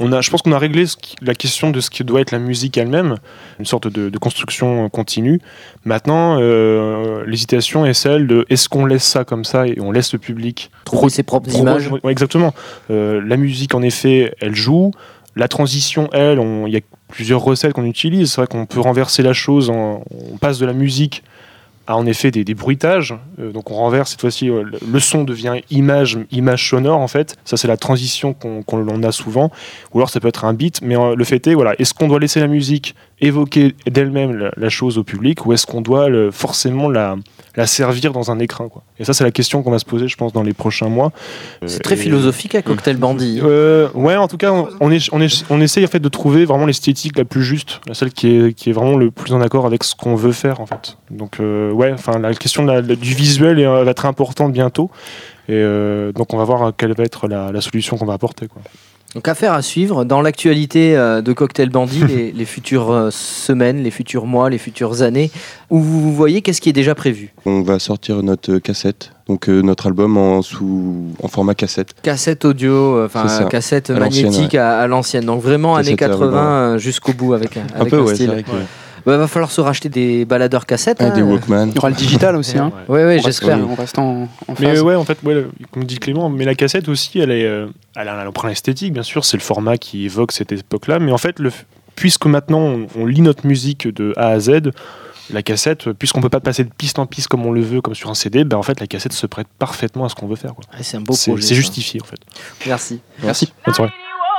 on a, je pense qu'on a réglé ce qui, la question de ce qui doit être la musique elle-même, une sorte de, de construction continue. Maintenant, euh, l'hésitation est celle de est-ce qu'on laisse ça comme ça et on laisse le public trouver ses propres images. Ouais, exactement. Euh, la musique, en effet, elle joue. La transition, elle, il y a plusieurs recettes qu'on utilise. C'est vrai qu'on peut renverser la chose. En, on passe de la musique à en effet des, des bruitages. Euh, donc on renverse cette fois-ci. Euh, le son devient image, image sonore en fait. Ça c'est la transition qu'on, qu'on a souvent. Ou alors ça peut être un beat. Mais euh, le fait est, voilà, est-ce qu'on doit laisser la musique évoquer d'elle-même la, la chose au public ou est-ce qu'on doit le, forcément la, la servir dans un écrin, quoi. Et ça c'est la question qu'on va se poser, je pense, dans les prochains mois. C'est euh, très et... philosophique à Cocktail Bandit. Euh, ouais, en tout cas, on, on, est, on, est, on essaye en fait de trouver vraiment l'esthétique la plus juste, celle qui est, qui est vraiment le plus en accord avec ce qu'on veut faire en fait. Donc euh, ouais, enfin la question de la, du visuel est, va être importante bientôt. Et euh, donc on va voir quelle va être la, la solution qu'on va apporter, quoi. Donc affaire à suivre dans l'actualité euh, de Cocktail Bandit, les, les futures euh, semaines, les futurs mois, les futures années, où vous voyez qu'est-ce qui est déjà prévu. On va sortir notre cassette, donc euh, notre album en, sous, en format cassette. Cassette audio, enfin euh, cassette à magnétique ouais. à, à l'ancienne, donc vraiment cassette années quatre-vingts euh, jusqu'au bout avec, avec un, peu, un ouais, style. Ouais. Bah, va falloir se racheter des baladeurs cassettes. Ah, hein. Des Walkman. Il y aura le digital aussi. Hein. Oui, oui, j'espère. On reste en, en mais ouais, en fait, ouais, comme dit Clément, mais la cassette aussi, elle est, euh, elle a un emprunt esthétique, bien sûr. C'est le format qui évoque cette époque-là. Mais en fait, le, puisque maintenant on, on lit notre musique de A à Z, la cassette, puisqu'on peut pas passer de piste en piste comme on le veut, comme sur un C D, ben en fait, la cassette se prête parfaitement à ce qu'on veut faire, quoi. Ah, c'est un beau c'est, projet. C'est justifié, en fait. Merci. Merci. Bonne soirée.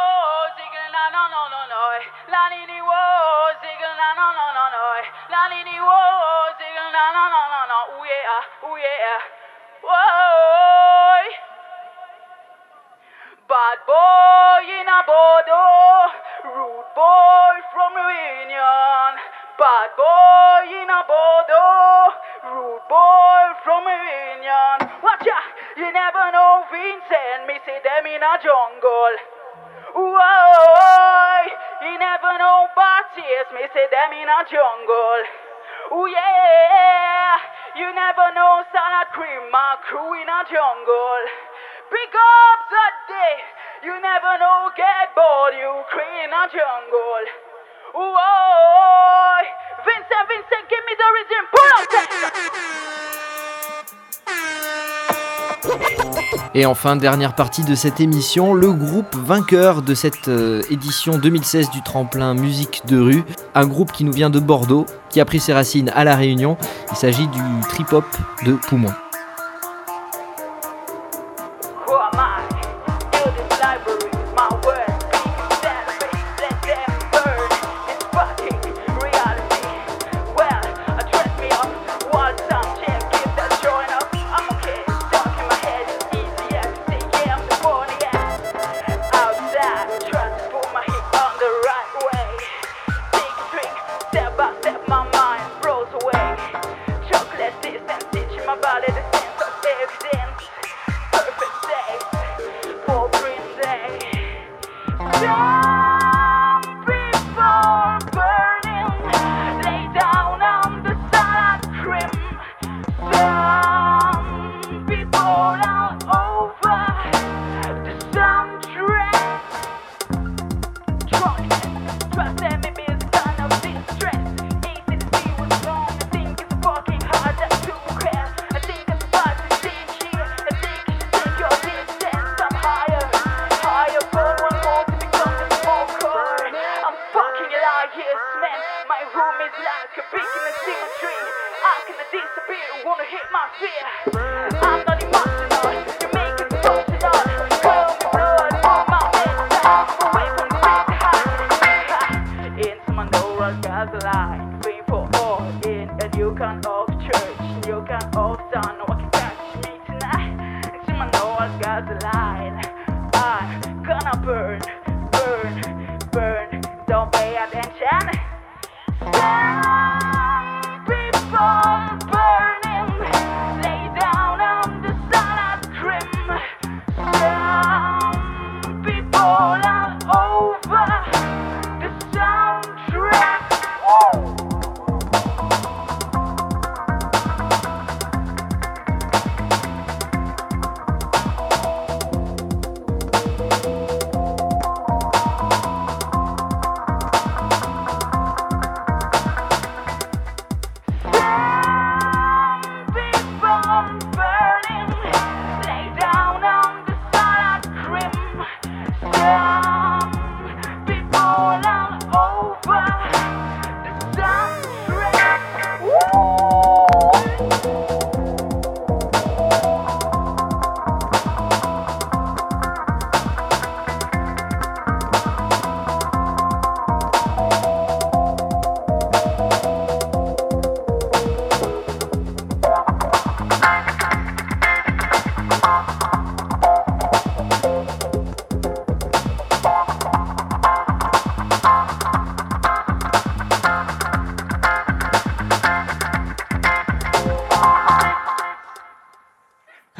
Bad boy in a Bordeaux, rude boy from Réunion. Bad boy in a Bordeaux, rude boy from Réunion. Watch out, you never know Vincent, me see them in a jungle. Whoa, you never know Baptiste, me see them in a jungle. Oh yeah, you never know Salad Cream, my crew in a jungle. Pick up that day, you never know get bored, you cream in a jungle. Whoa, Vincent, Vincent, give me the rhythm, pull up Et enfin, dernière partie de cette émission, le groupe vainqueur de cette euh, édition deux mille seize du tremplin musique de rue, un groupe qui nous vient de Bordeaux, qui a pris ses racines à La Réunion. Il s'agit du trip-hop de Poumon.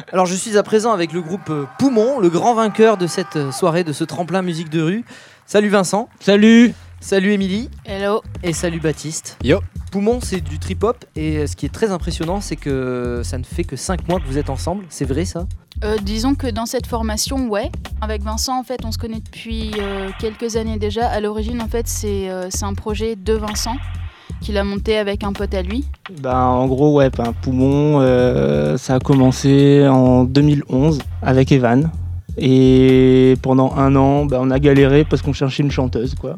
Alors je suis à présent avec le groupe euh, Poumon, le grand vainqueur de cette euh, soirée, de ce tremplin musique de rue. Salut Vincent. Salut. Salut Émilie. Hello. Et salut Baptiste. Yo. Poumon, c'est du trip-hop et euh, ce qui est très impressionnant, c'est que ça ne fait que cinq mois que vous êtes ensemble. C'est vrai ça ? Euh, disons que dans cette formation, ouais. Avec Vincent, en fait, on se connaît depuis euh, quelques années déjà. À l'origine, en fait, c'est, euh, c'est un projet de Vincent qu'il a monté avec un pote à lui. Ben, en gros, ouais, ben, Poumon, euh, ça a commencé en deux mille onze avec Evan. Et pendant un an, ben, on a galéré parce qu'on cherchait une chanteuse, quoi.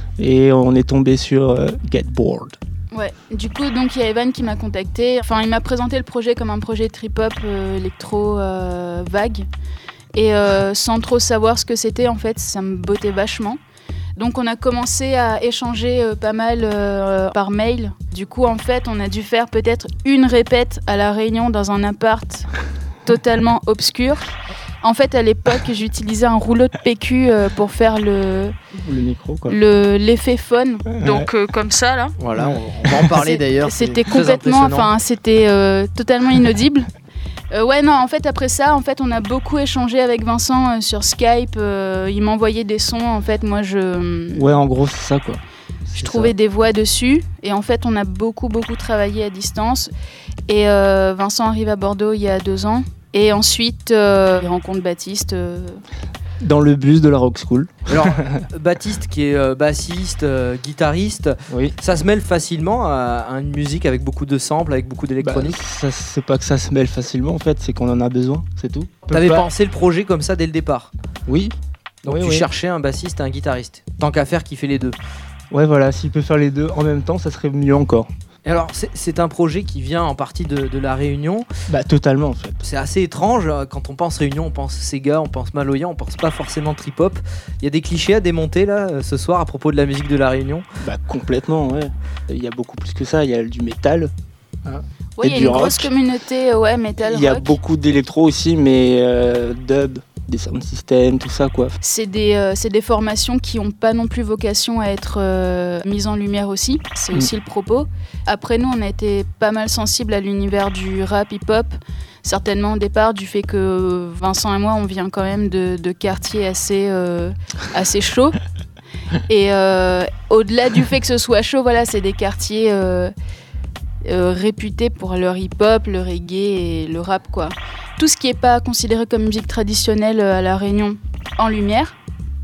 Et on est tombé sur euh, Get Bored. Ouais, du coup, donc il y a Evan qui m'a contacté. Enfin, il m'a présenté le projet comme un projet trip-hop euh, électro euh, vague. Et euh, sans trop savoir ce que c'était, en fait, ça me bottait vachement. Donc on a commencé à échanger euh, pas mal euh, par mail. Du coup, en fait, on a dû faire peut-être une répète à La Réunion dans un appart totalement obscur. En fait, à l'époque, j'utilisais un rouleau de P Q euh, pour faire le, le micro, quoi. Le, l'effet phone. Ouais. Donc euh, comme ça, là. Voilà, on, on va en parler d'ailleurs. C'était complètement, enfin, c'était euh, totalement inaudible. Euh, ouais, non, en fait, après ça, en fait, on a beaucoup échangé avec Vincent euh, sur Skype. Euh, il m'envoyait des sons, en fait, moi, je... Ouais, en gros, c'est ça, quoi. Je c'est trouvais ça. des voix dessus. Et en fait, on a beaucoup, beaucoup travaillé à distance. Et euh, Vincent arrive à Bordeaux il y a deux ans. Et ensuite, euh, il rencontre Baptiste. Euh... Dans le bus de la Rock School. Alors, Baptiste, qui est euh, bassiste, euh, guitariste, oui. Ça se mêle facilement à, à une musique avec beaucoup de samples, avec beaucoup d'électronique. Bah, ça, c'est pas que ça se mêle facilement, en fait, c'est qu'on en a besoin, c'est tout. T'avais pas... pensé le projet comme ça dès le départ ? Oui. Donc oui, tu oui. cherchais un bassiste et un guitariste. Tant qu'à faire, qui fait les deux. Ouais, voilà, s'il peut faire les deux en même temps, ça serait mieux encore. Et alors, c'est, c'est un projet qui vient en partie de, de La Réunion. Bah, totalement, en fait. C'est assez étrange. Quand on pense Réunion, on pense Sega, on pense Maloya, on pense pas forcément trip-hop. Il y a des clichés à démonter, là, ce soir, à propos de la musique de La Réunion. Bah, complètement, ouais. Il y a beaucoup plus que ça. Il y a du métal. Hein, oui, il y a une rock. Grosse communauté, ouais, métal, Il y a rock. beaucoup d'électro aussi, mais euh, dub, des sound systems, tout ça, quoi. C'est des, euh, c'est des formations qui n'ont pas non plus vocation à être euh, mises en lumière aussi. C'est mmh. aussi le propos. Après, nous, on a été pas mal sensibles à l'univers du rap hip-hop. Certainement au départ, du fait que Vincent et moi, on vient quand même de, de quartiers assez, euh, assez chauds. Et euh, au-delà du fait que ce soit chaud, voilà, c'est des quartiers euh, euh, réputés pour leur hip-hop, le reggae et le rap, quoi. Tout ce qui n'est pas considéré comme musique traditionnelle à La Réunion en lumière.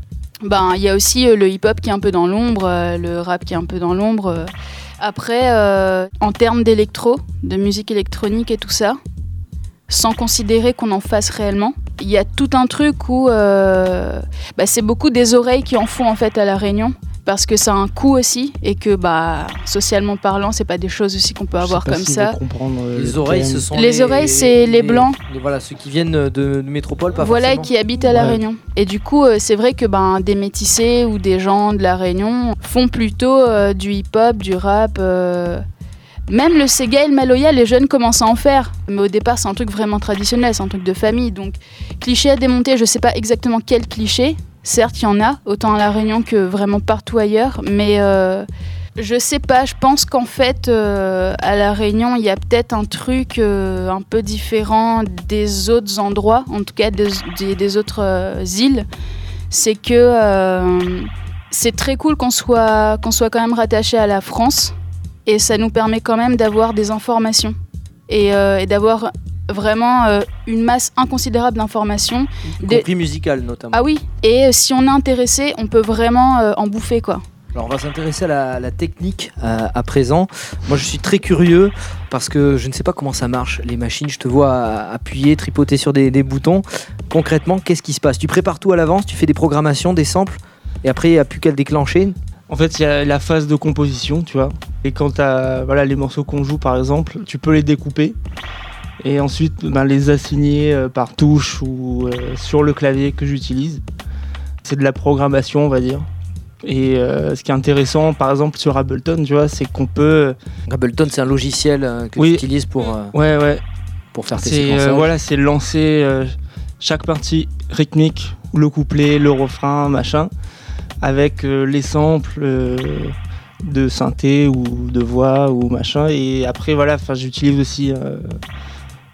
Ben, il y a aussi euh, le hip-hop qui est un peu dans l'ombre, euh, le rap qui est un peu dans l'ombre. Après, euh, en termes d'électro, de musique électronique et tout ça, sans considérer qu'on en fasse réellement, il y a tout un truc où euh, bah, c'est beaucoup des oreilles qui en font en fait à La Réunion. Parce que ça a un coût aussi et que bah socialement parlant, c'est pas des choses aussi qu'on peut avoir comme si ça. Euh, les oreilles, ce sont les, les oreilles, c'est les, les blancs. Les, voilà, ceux qui viennent de, de métropole, pas voilà, forcément. Qui habitent à La ouais. Réunion. Et du coup, euh, c'est vrai que ben des métissés ou des gens de La Réunion font plutôt euh, du hip-hop, du rap. Euh... Même le Sega et le Maloya, les jeunes commencent à en faire. Mais au départ, c'est un truc vraiment traditionnel, c'est un truc de famille. Donc, cliché à démonter, je sais pas exactement quel cliché. Certes, il y en a, autant à La Réunion que vraiment partout ailleurs, mais euh, je sais pas, je pense qu'en fait, euh, à La Réunion, il y a peut-être un truc euh, un peu différent des autres endroits, en tout cas des, des, des autres euh, îles. C'est que euh, c'est très cool qu'on soit, qu'on soit quand même rattaché à la France, et ça nous permet quand même d'avoir des informations, et, euh, et d'avoir... vraiment euh, une masse inconsidérable d'informations. Y compris musicales notamment. Ah oui, et euh, si on est intéressé, on peut vraiment euh, en bouffer, quoi. Alors on va s'intéresser à la, à la technique à, à présent. Moi je suis très curieux parce que je ne sais pas comment ça marche, les machines. Je te vois appuyer, tripoter sur des, des boutons. Concrètement, qu'est-ce qui se passe ? Tu prépares tout à l'avance, tu fais des programmations, des samples, et après il n'y a plus qu'à le déclencher. En fait, il y a la phase de composition, tu vois. Et quand tu as voilà, les morceaux qu'on joue par exemple, tu peux les découper. Et ensuite ben, les assigner euh, par touche ou euh, sur le clavier que j'utilise. C'est de la programmation, on va dire. Et euh, ce qui est intéressant, par exemple sur Ableton, tu vois, c'est qu'on peut... Ableton, c'est un logiciel euh, que oui. tu utilises pour, euh, ouais, ouais. pour faire tes c'est, séquençages. Euh, voilà, c'est lancer euh, chaque partie rythmique, le couplet, le refrain, machin, avec euh, les samples euh, de synthé ou de voix ou machin. Et après, voilà, j'utilise aussi... Euh,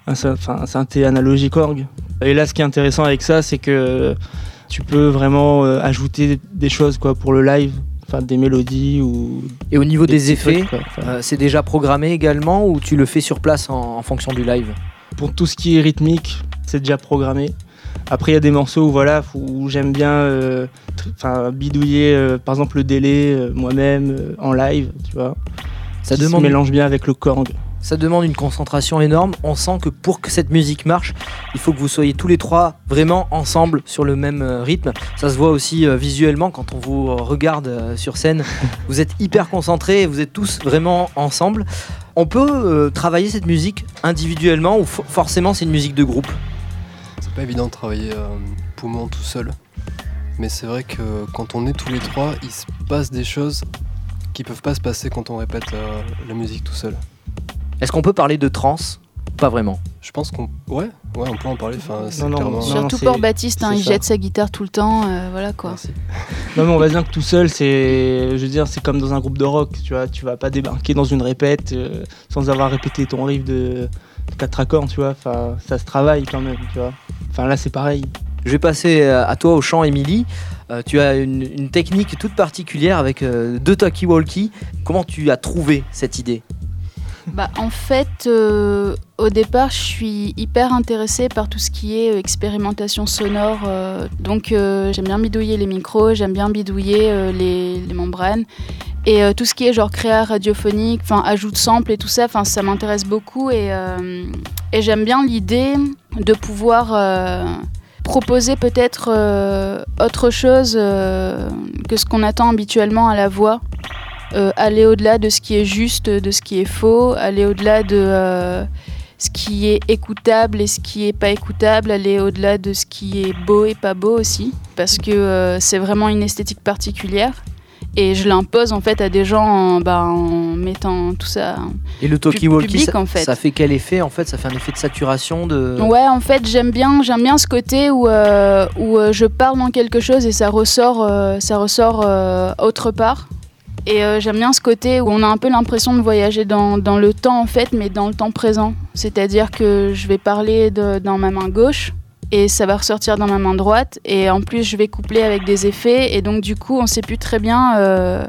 un, enfin, un synthé analogique orgue. Et là, ce qui est intéressant avec ça, c'est que tu peux vraiment euh, ajouter des choses quoi, pour le live, enfin, des mélodies ou. Et au niveau des, des effets, trucs, enfin, euh, c'est déjà programmé également ou tu le fais sur place en, en fonction du live? Pour tout ce qui est rythmique, c'est déjà programmé. Après, il y a des morceaux où, voilà, où j'aime bien euh, tr- bidouiller, euh, par exemple, le délai euh, moi-même euh, en live, tu vois. Ça qui demande... se mélange bien avec le Korg. Ça demande une concentration énorme. On sent que pour que cette musique marche, il faut que vous soyez tous les trois vraiment ensemble sur le même euh, rythme. Ça se voit aussi euh, visuellement quand on vous euh, regarde euh, sur scène. Vous êtes hyper concentrés, vous êtes tous vraiment ensemble. On peut euh, travailler cette musique individuellement ou for- forcément c'est une musique de groupe? C'est pas évident de travailler euh, Poumon tout seul. Mais c'est vrai que quand on est tous les trois, il se passe des choses qui peuvent pas se passer quand on répète euh, la musique tout seul. Est-ce qu'on peut parler de trance? Pas vraiment. Je pense qu'on ouais, ouais, on peut en parler. Enfin, c'est Non, non, clairement... Surtout c'est- pour Baptiste, hein, c'est il ça. jette sa guitare tout le temps, euh, voilà quoi. Non, mais on va dire que tout seul, c'est, je veux dire, c'est comme dans un groupe de rock, tu vois. Tu vas pas débarquer dans une répète euh, sans avoir répété ton riff de quatre accords, tu vois. Enfin, ça se travaille quand même, tu vois. Enfin, là, c'est pareil. Je vais passer à toi au chant, Émilie. Euh, tu as une, une technique toute particulière avec euh, deux talkie-walkie. Comment tu as trouvé cette idée? Bah, en fait, euh, au départ, je suis hyper intéressée par tout ce qui est euh, expérimentation sonore. euh, donc, euh, j'aime bien bidouiller les micros, j'aime bien bidouiller euh, les, les membranes. Et euh, tout ce qui est genre créa radiophonique, enfin ajout de samples et tout ça, enfin ça m'intéresse beaucoup. Et, euh, et j'aime bien l'idée de pouvoir euh, proposer peut-être euh, autre chose euh, que ce qu'on attend habituellement à la voix. Euh, aller au-delà de ce qui est juste, de ce qui est faux, aller au-delà de euh, ce qui est écoutable et ce qui est pas écoutable, aller au-delà de ce qui est beau et pas beau aussi, parce que euh, c'est vraiment une esthétique particulière et je l'impose en fait à des gens en, bah, en mettant tout ça Et le pu- talkie-walkie, public ça, en fait. ça fait quel effet en fait? Ça fait un effet de saturation de... Ouais, en fait, j'aime bien, j'aime bien ce côté où, euh, où euh, je parle dans quelque chose et ça ressort, euh, ça ressort euh, autre part. Et euh, j'aime bien ce côté où on a un peu l'impression de voyager dans, dans le temps en fait, mais dans le temps présent. C'est-à-dire que je vais parler de, dans ma main gauche et ça va ressortir dans ma main droite. Et en plus, je vais coupler avec des effets. Et donc, du coup, on ne sait plus très bien euh,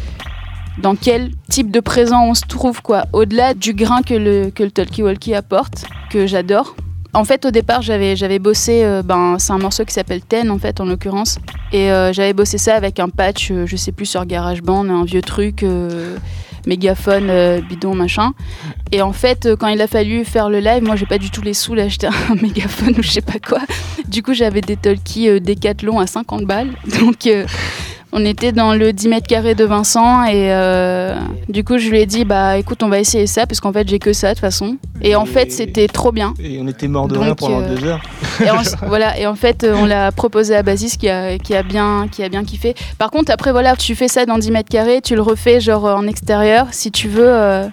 dans quel type de présent on se trouve, quoi. Au-delà du grain que le, que le talkie-walkie apporte, que j'adore. En fait, au départ, j'avais, j'avais bossé, euh, ben, c'est un morceau qui s'appelle Ten, en fait, en l'occurrence. Et euh, j'avais bossé ça avec un patch, euh, je sais plus, sur GarageBand, un vieux truc, euh, mégaphone, euh, bidon, machin. Et en fait, euh, quand il a fallu faire le live, moi, j'ai pas du tout les sous d'acheter un mégaphone ou je sais pas quoi. Du coup, j'avais des talkies euh, Decathlon à cinquante balles. Donc... Euh, on était dans le dix mètres carrés de Vincent et euh, du coup je lui ai dit bah écoute on va essayer ça parce qu'en fait j'ai que ça de toute façon et en fait c'était trop bien. Et on était mort de rire pendant euh, deux heures. Et en, voilà et en fait on l'a proposé à Basis qui a, qui a bien qui a bien kiffé. Par contre après voilà tu fais ça dans dix mètres carrés, tu le refais genre en extérieur si tu veux. Euh,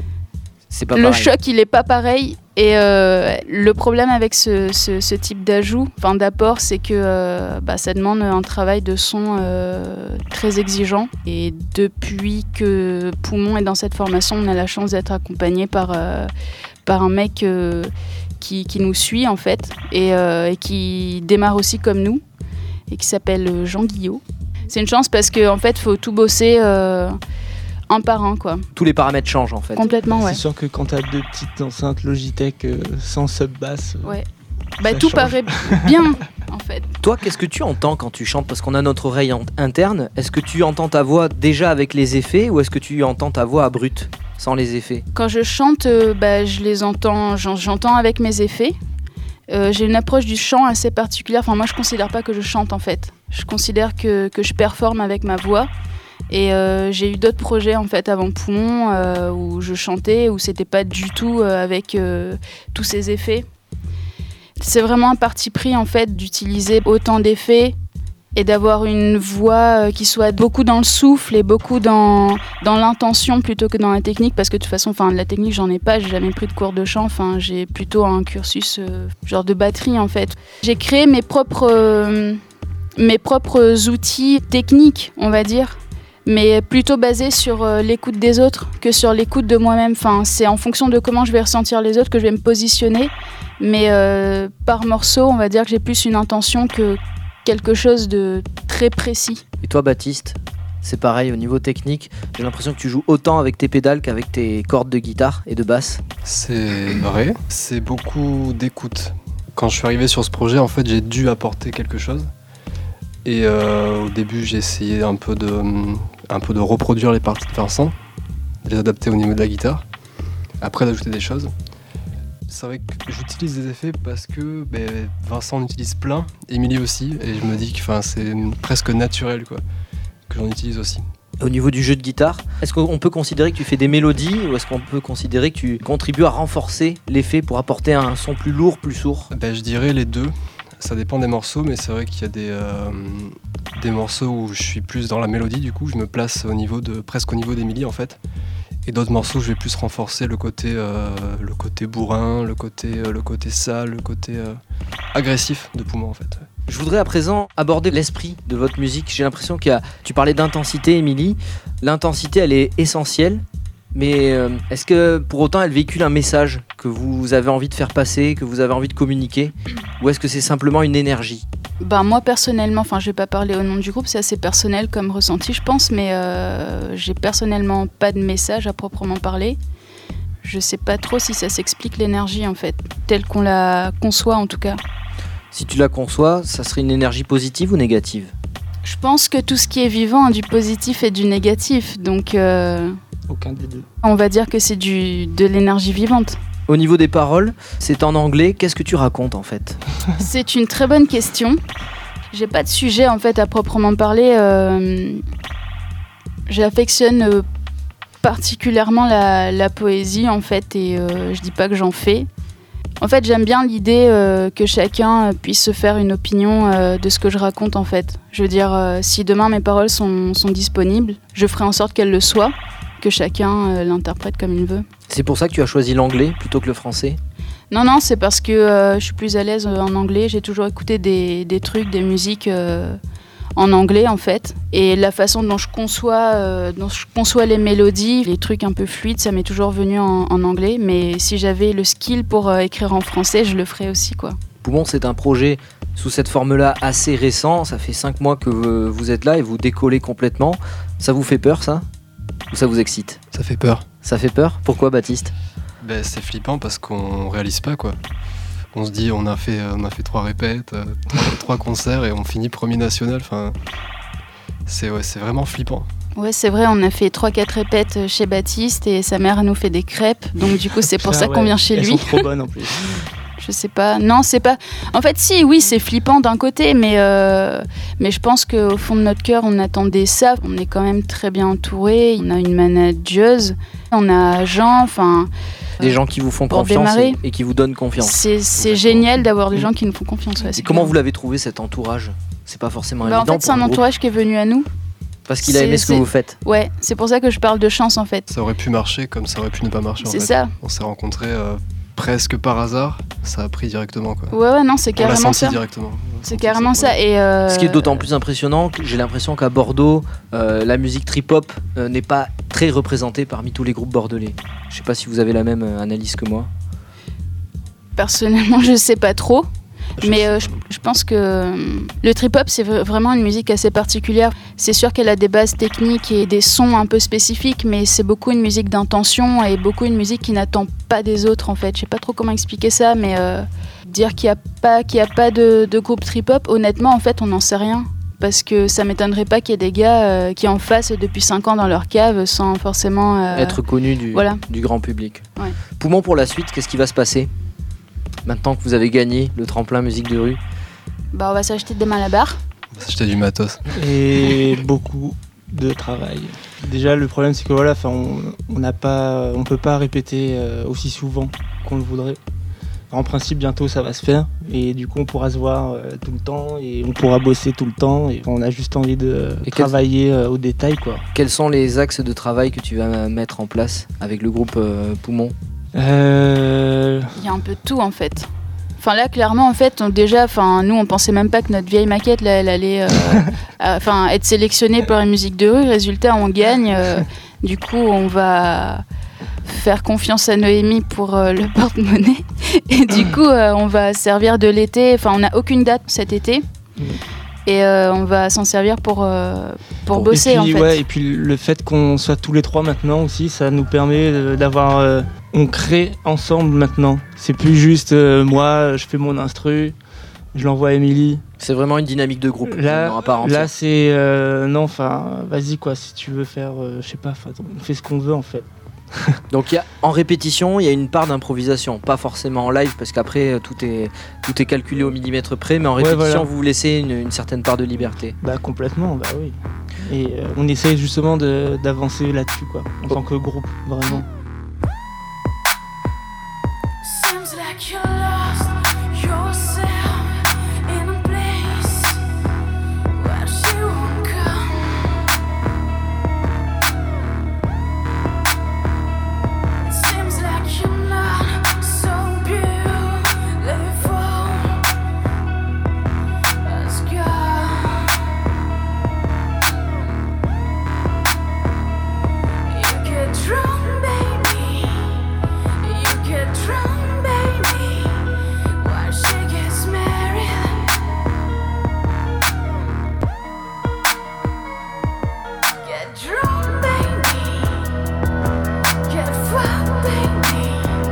C'est pas le pareil. choc il est pas pareil et euh, le problème avec ce, ce, ce type d'ajout, enfin d'apport, c'est que euh, bah, ça demande un travail de son euh, très exigeant et depuis que Poumon est dans cette formation, on a la chance d'être accompagné par, euh, par un mec euh, qui, qui nous suit en fait et, euh, et qui démarre aussi comme nous et qui s'appelle Jean Guillot. C'est une chance parce qu'en en fait il faut tout bosser euh, un par un quoi. Tous les paramètres changent en fait. Complètement, ouais. C'est sûr que quand t'as deux petites enceintes Logitech euh, sans sub-bass, euh, Ouais. Bah ça tout change. paraît bien en fait. Toi, qu'est-ce que tu entends quand tu chantes? Parce qu'on a notre oreille en- interne. Est-ce que tu entends ta voix déjà avec les effets ou est-ce que tu entends ta voix à brut, sans les effets? Quand je chante, euh, bah, je les entends, j'en- j'entends avec mes effets. Euh, j'ai une approche du chant assez particulière. Enfin, moi, je considère pas que je chante en fait. Je considère que, que je performe avec ma voix. Et euh, j'ai eu d'autres projets en fait avant Poumon euh, où je chantais, où c'était pas du tout euh, avec euh, tous ces effets. C'est vraiment un parti pris en fait d'utiliser autant d'effets et d'avoir une voix euh, qui soit beaucoup dans le souffle et beaucoup dans, dans l'intention plutôt que dans la technique parce que de toute façon enfin, la technique j'en ai pas, j'ai jamais pris de cours de chant, enfin, j'ai plutôt un cursus euh, genre de batterie en fait. J'ai créé mes propres, euh, mes propres outils techniques on va dire mais plutôt basé sur euh, l'écoute des autres que sur l'écoute de moi-même. Enfin, c'est en fonction de comment je vais ressentir les autres que je vais me positionner, mais euh, par morceau, on va dire que j'ai plus une intention que quelque chose de très précis. Et toi, Baptiste, c'est pareil au niveau technique. J'ai l'impression que tu joues autant avec tes pédales qu'avec tes cordes de guitare et de basse. C'est vrai, c'est beaucoup d'écoute. Quand je suis arrivé sur ce projet, en fait, j'ai dû apporter quelque chose. Et euh, au début, j'ai essayé un peu, de, un peu de reproduire les parties de Vincent, de les adapter au niveau de la guitare, après d'ajouter des choses. C'est vrai que j'utilise des effets parce que ben, Vincent en utilise plein, Émilie aussi, et je me dis que c'est presque naturel quoi, que j'en utilise aussi. Au niveau du jeu de guitare, est-ce qu'on peut considérer que tu fais des mélodies ou est-ce qu'on peut considérer que tu contribues à renforcer l'effet pour apporter un son plus lourd, plus sourd ? Ben, je dirais les deux. Ça dépend des morceaux, mais c'est vrai qu'il y a des, euh, des morceaux où je suis plus dans la mélodie, du coup je me place au niveau de, presque au niveau d'Émilie en fait. Et d'autres morceaux où je vais plus renforcer le côté, euh, le côté bourrin, le côté, euh, le côté sale, le côté euh, agressif de Poumon en fait. Je voudrais à présent aborder l'esprit de votre musique. J'ai l'impression qu'il y a... Tu parlais d'intensité, Émilie. L'intensité, elle est essentielle. Mais euh, est-ce que pour autant elle véhicule un message que vous avez envie de faire passer, que vous avez envie de communiquer, ou est-ce que c'est simplement une énergie ? Ben, moi personnellement, enfin je vais pas parler au nom du groupe, c'est assez personnel comme ressenti je pense, mais euh, j'ai personnellement pas de message à proprement parler. Je sais pas trop si ça s'explique l'énergie en fait, telle qu'on la conçoit en tout cas. Si tu la conçois, ça serait une énergie positive ou négative ? Je pense que tout ce qui est vivant a du positif et du négatif, donc... Euh... Aucun des deux. On va dire que c'est du, de l'énergie vivante. Au niveau des paroles, c'est en anglais. Qu'est-ce que tu racontes en fait ? C'est une très bonne question. J'ai pas de sujet en fait à proprement parler. Euh, j'affectionne euh, particulièrement la, la poésie en fait et euh, je dis pas que j'en fais. En fait, j'aime bien l'idée euh, que chacun puisse se faire une opinion euh, de ce que je raconte en fait. Je veux dire, euh, si demain mes paroles sont, sont disponibles, je ferai en sorte qu'elles le soient. Que chacun euh, l'interprète comme il veut. C'est pour ça que tu as choisi l'anglais plutôt que le français ? Non, non, c'est parce que euh, je suis plus à l'aise en anglais. J'ai toujours écouté des, des trucs, des musiques euh, en anglais en fait. Et la façon dont je conçois, euh, dont je conçois les mélodies, les trucs un peu fluides, ça m'est toujours venu en, en anglais. Mais si j'avais le skill pour euh, écrire en français, je le ferais aussi quoi. Poumon, c'est un projet sous cette forme-là assez récent. Ça fait cinq mois que vous êtes là et vous décollez complètement. Ça vous fait peur ça ? Ou ça vous excite ? Ça fait peur. Ça fait peur ? Pourquoi, Baptiste ? Ben, c'est flippant parce qu'on réalise pas quoi. On se dit on a fait, on a fait trois répètes, euh, trois, trois concerts et on finit premier national. Enfin, c'est, ouais, c'est vraiment flippant. Ouais, c'est vrai, on a fait trois quatre répètes chez Baptiste et sa mère nous fait des crêpes. Donc du coup, c'est pour ça, ça qu'on vient chez Elles lui. Elles sont trop bonnes en plus. Je sais pas. Non, c'est pas. En fait, si, oui, c'est flippant d'un côté, mais, euh... mais je pense qu'au fond de notre cœur, on attendait ça. On est quand même très bien entouré. On a une manageuse, on a Jean, enfin. Des gens qui vous font confiance et, et qui vous donnent confiance. C'est, c'est génial d'avoir des gens qui nous font confiance. Ouais, et comment vous l'avez trouvé cet entourage ? C'est pas forcément bah, évident. En fait, c'est un entourage qui est venu à nous. Parce qu'il a aimé ce c'est... que vous faites. Ouais, c'est pour ça que je parle de chance en fait. Ça aurait pu marcher comme ça aurait pu ne pas marcher. C'est en fait. ça. On s'est rencontrés euh, presque par hasard. Ça a pris directement quoi. Ouais, ouais, non, c'est carrément on l'a senti ça. directement. C'est carrément ça. ça. Et euh... Ce qui est d'autant plus impressionnant que j'ai l'impression qu'à Bordeaux, euh, la musique trip-hop euh, n'est pas très représentée parmi tous les groupes bordelais. Je sais pas si vous avez la même analyse que moi. Personnellement, je sais pas trop. Je mais euh, je, je pense que euh, le trip-hop, c'est v- vraiment une musique assez particulière. C'est sûr qu'elle a des bases techniques et des sons un peu spécifiques, mais c'est beaucoup une musique d'intention et beaucoup une musique qui n'attend pas des autres, en fait. Je sais pas trop comment expliquer ça, mais euh, dire qu'il n'y a pas, qu'il y a pas de, de groupe trip-hop, honnêtement, en fait, on n'en sait rien. Parce que ça m'étonnerait pas qu'il y ait des gars euh, qui en fassent depuis cinq ans dans leur cave sans forcément... Euh, être connus du, voilà. du grand public. Ouais. Poumon, pour la suite, qu'est-ce qui va se passer ? Maintenant que vous avez gagné le tremplin musique de rue. Bah, on va s'acheter des malabars. On va s'acheter du matos. Et beaucoup de travail. Déjà, le problème, c'est que voilà, on on n'a pas, on peut pas répéter euh, aussi souvent qu'on le voudrait. En principe, bientôt, ça va se faire. Et du coup, on pourra se voir euh, tout le temps et on pourra bosser tout le temps. Et on a juste envie de et travailler quels... euh, au détail, quoi. Quels sont les axes de travail que tu vas mettre en place avec le groupe euh, Poumon ? Euh... Il y a un peu de tout en fait. Enfin là, clairement, en fait, on, déjà, enfin nous, on pensait même pas que notre vieille maquette, là, elle allait, enfin, euh, être sélectionnée pour la musique de rue. Résultat, on gagne. Euh, du coup, on va faire confiance à Noémie pour euh, le porte-monnaie. Et du coup, euh, on va servir de l'été. Enfin, on n'a aucune date cet été. Et euh, on va s'en servir pour, euh, pour, pour bosser, et puis, en fait. Ouais, et puis le fait qu'on soit tous les trois maintenant aussi, ça nous permet d'avoir... Euh, on crée ensemble maintenant. C'est plus juste euh, moi, je fais mon instru, je l'envoie à Émilie. C'est vraiment une dynamique de groupe. Là, là c'est... Euh, non, enfin, vas-y quoi, si tu veux faire... Euh, je sais pas, on fait ce qu'on veut en fait. Donc y a, en répétition, il y a une part d'improvisation, pas forcément en live parce qu'après tout est, tout est calculé au millimètre près, mais en répétition ouais, voilà. Vous vous laissez une, une certaine part de liberté. Bah complètement, bah oui. Et euh, on essaye justement de, d'avancer là-dessus quoi, en oh. tant que groupe, vraiment. Seems like you're lost yourself in a place where she won't come. You're not so beautiful as God. You get drunk, baby. You get drunk, baby. While she gets married. Get drunk, baby. Get fucked, baby.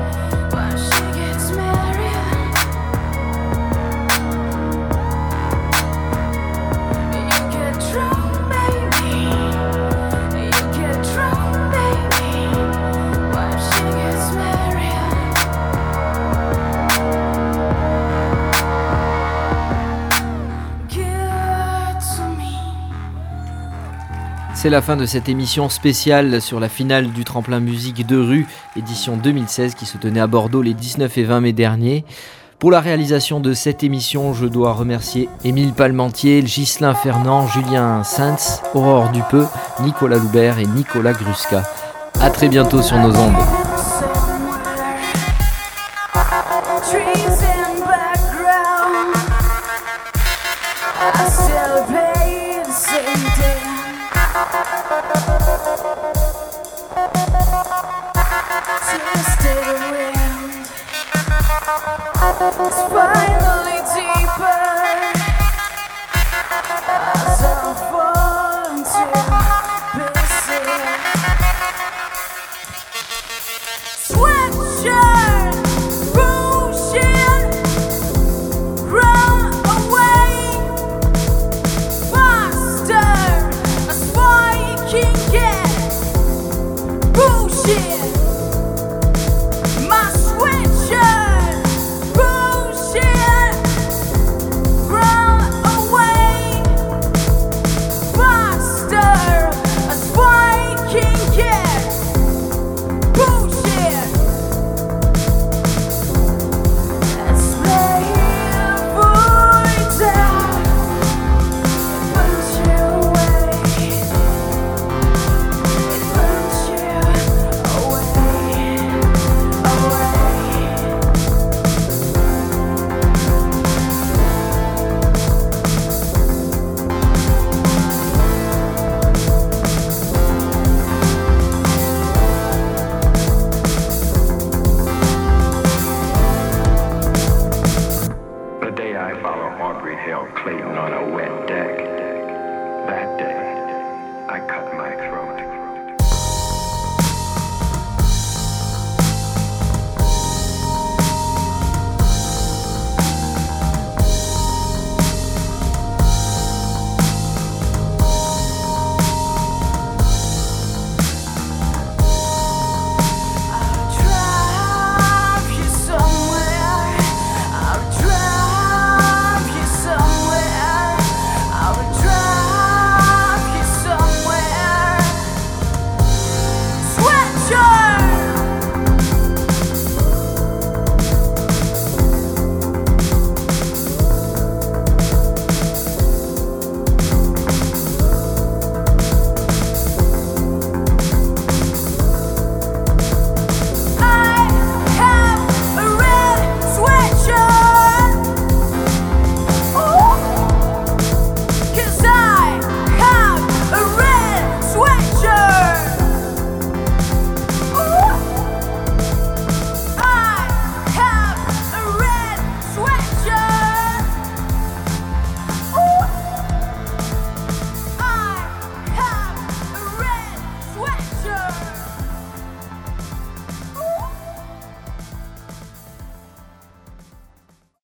C'est la fin de cette émission spéciale sur la finale du tremplin musique de rue, édition deux mille seize, qui se tenait à Bordeaux les dix-neuf et vingt mai dernier. Pour la réalisation de cette émission, je dois remercier Émile Palmentier, Ghislain Fernand, Julien Sainz, Aurore Dupeux, Nicolas Loubert et Nicolas Gruska. A très bientôt sur nos ondes. It's finally deeper as I fall into pieces. Sweatshirt, bullshit, run away faster. That's why you can get bullshit. My sweatshirt. Clayton on a wet deck. That day, I cut my throat.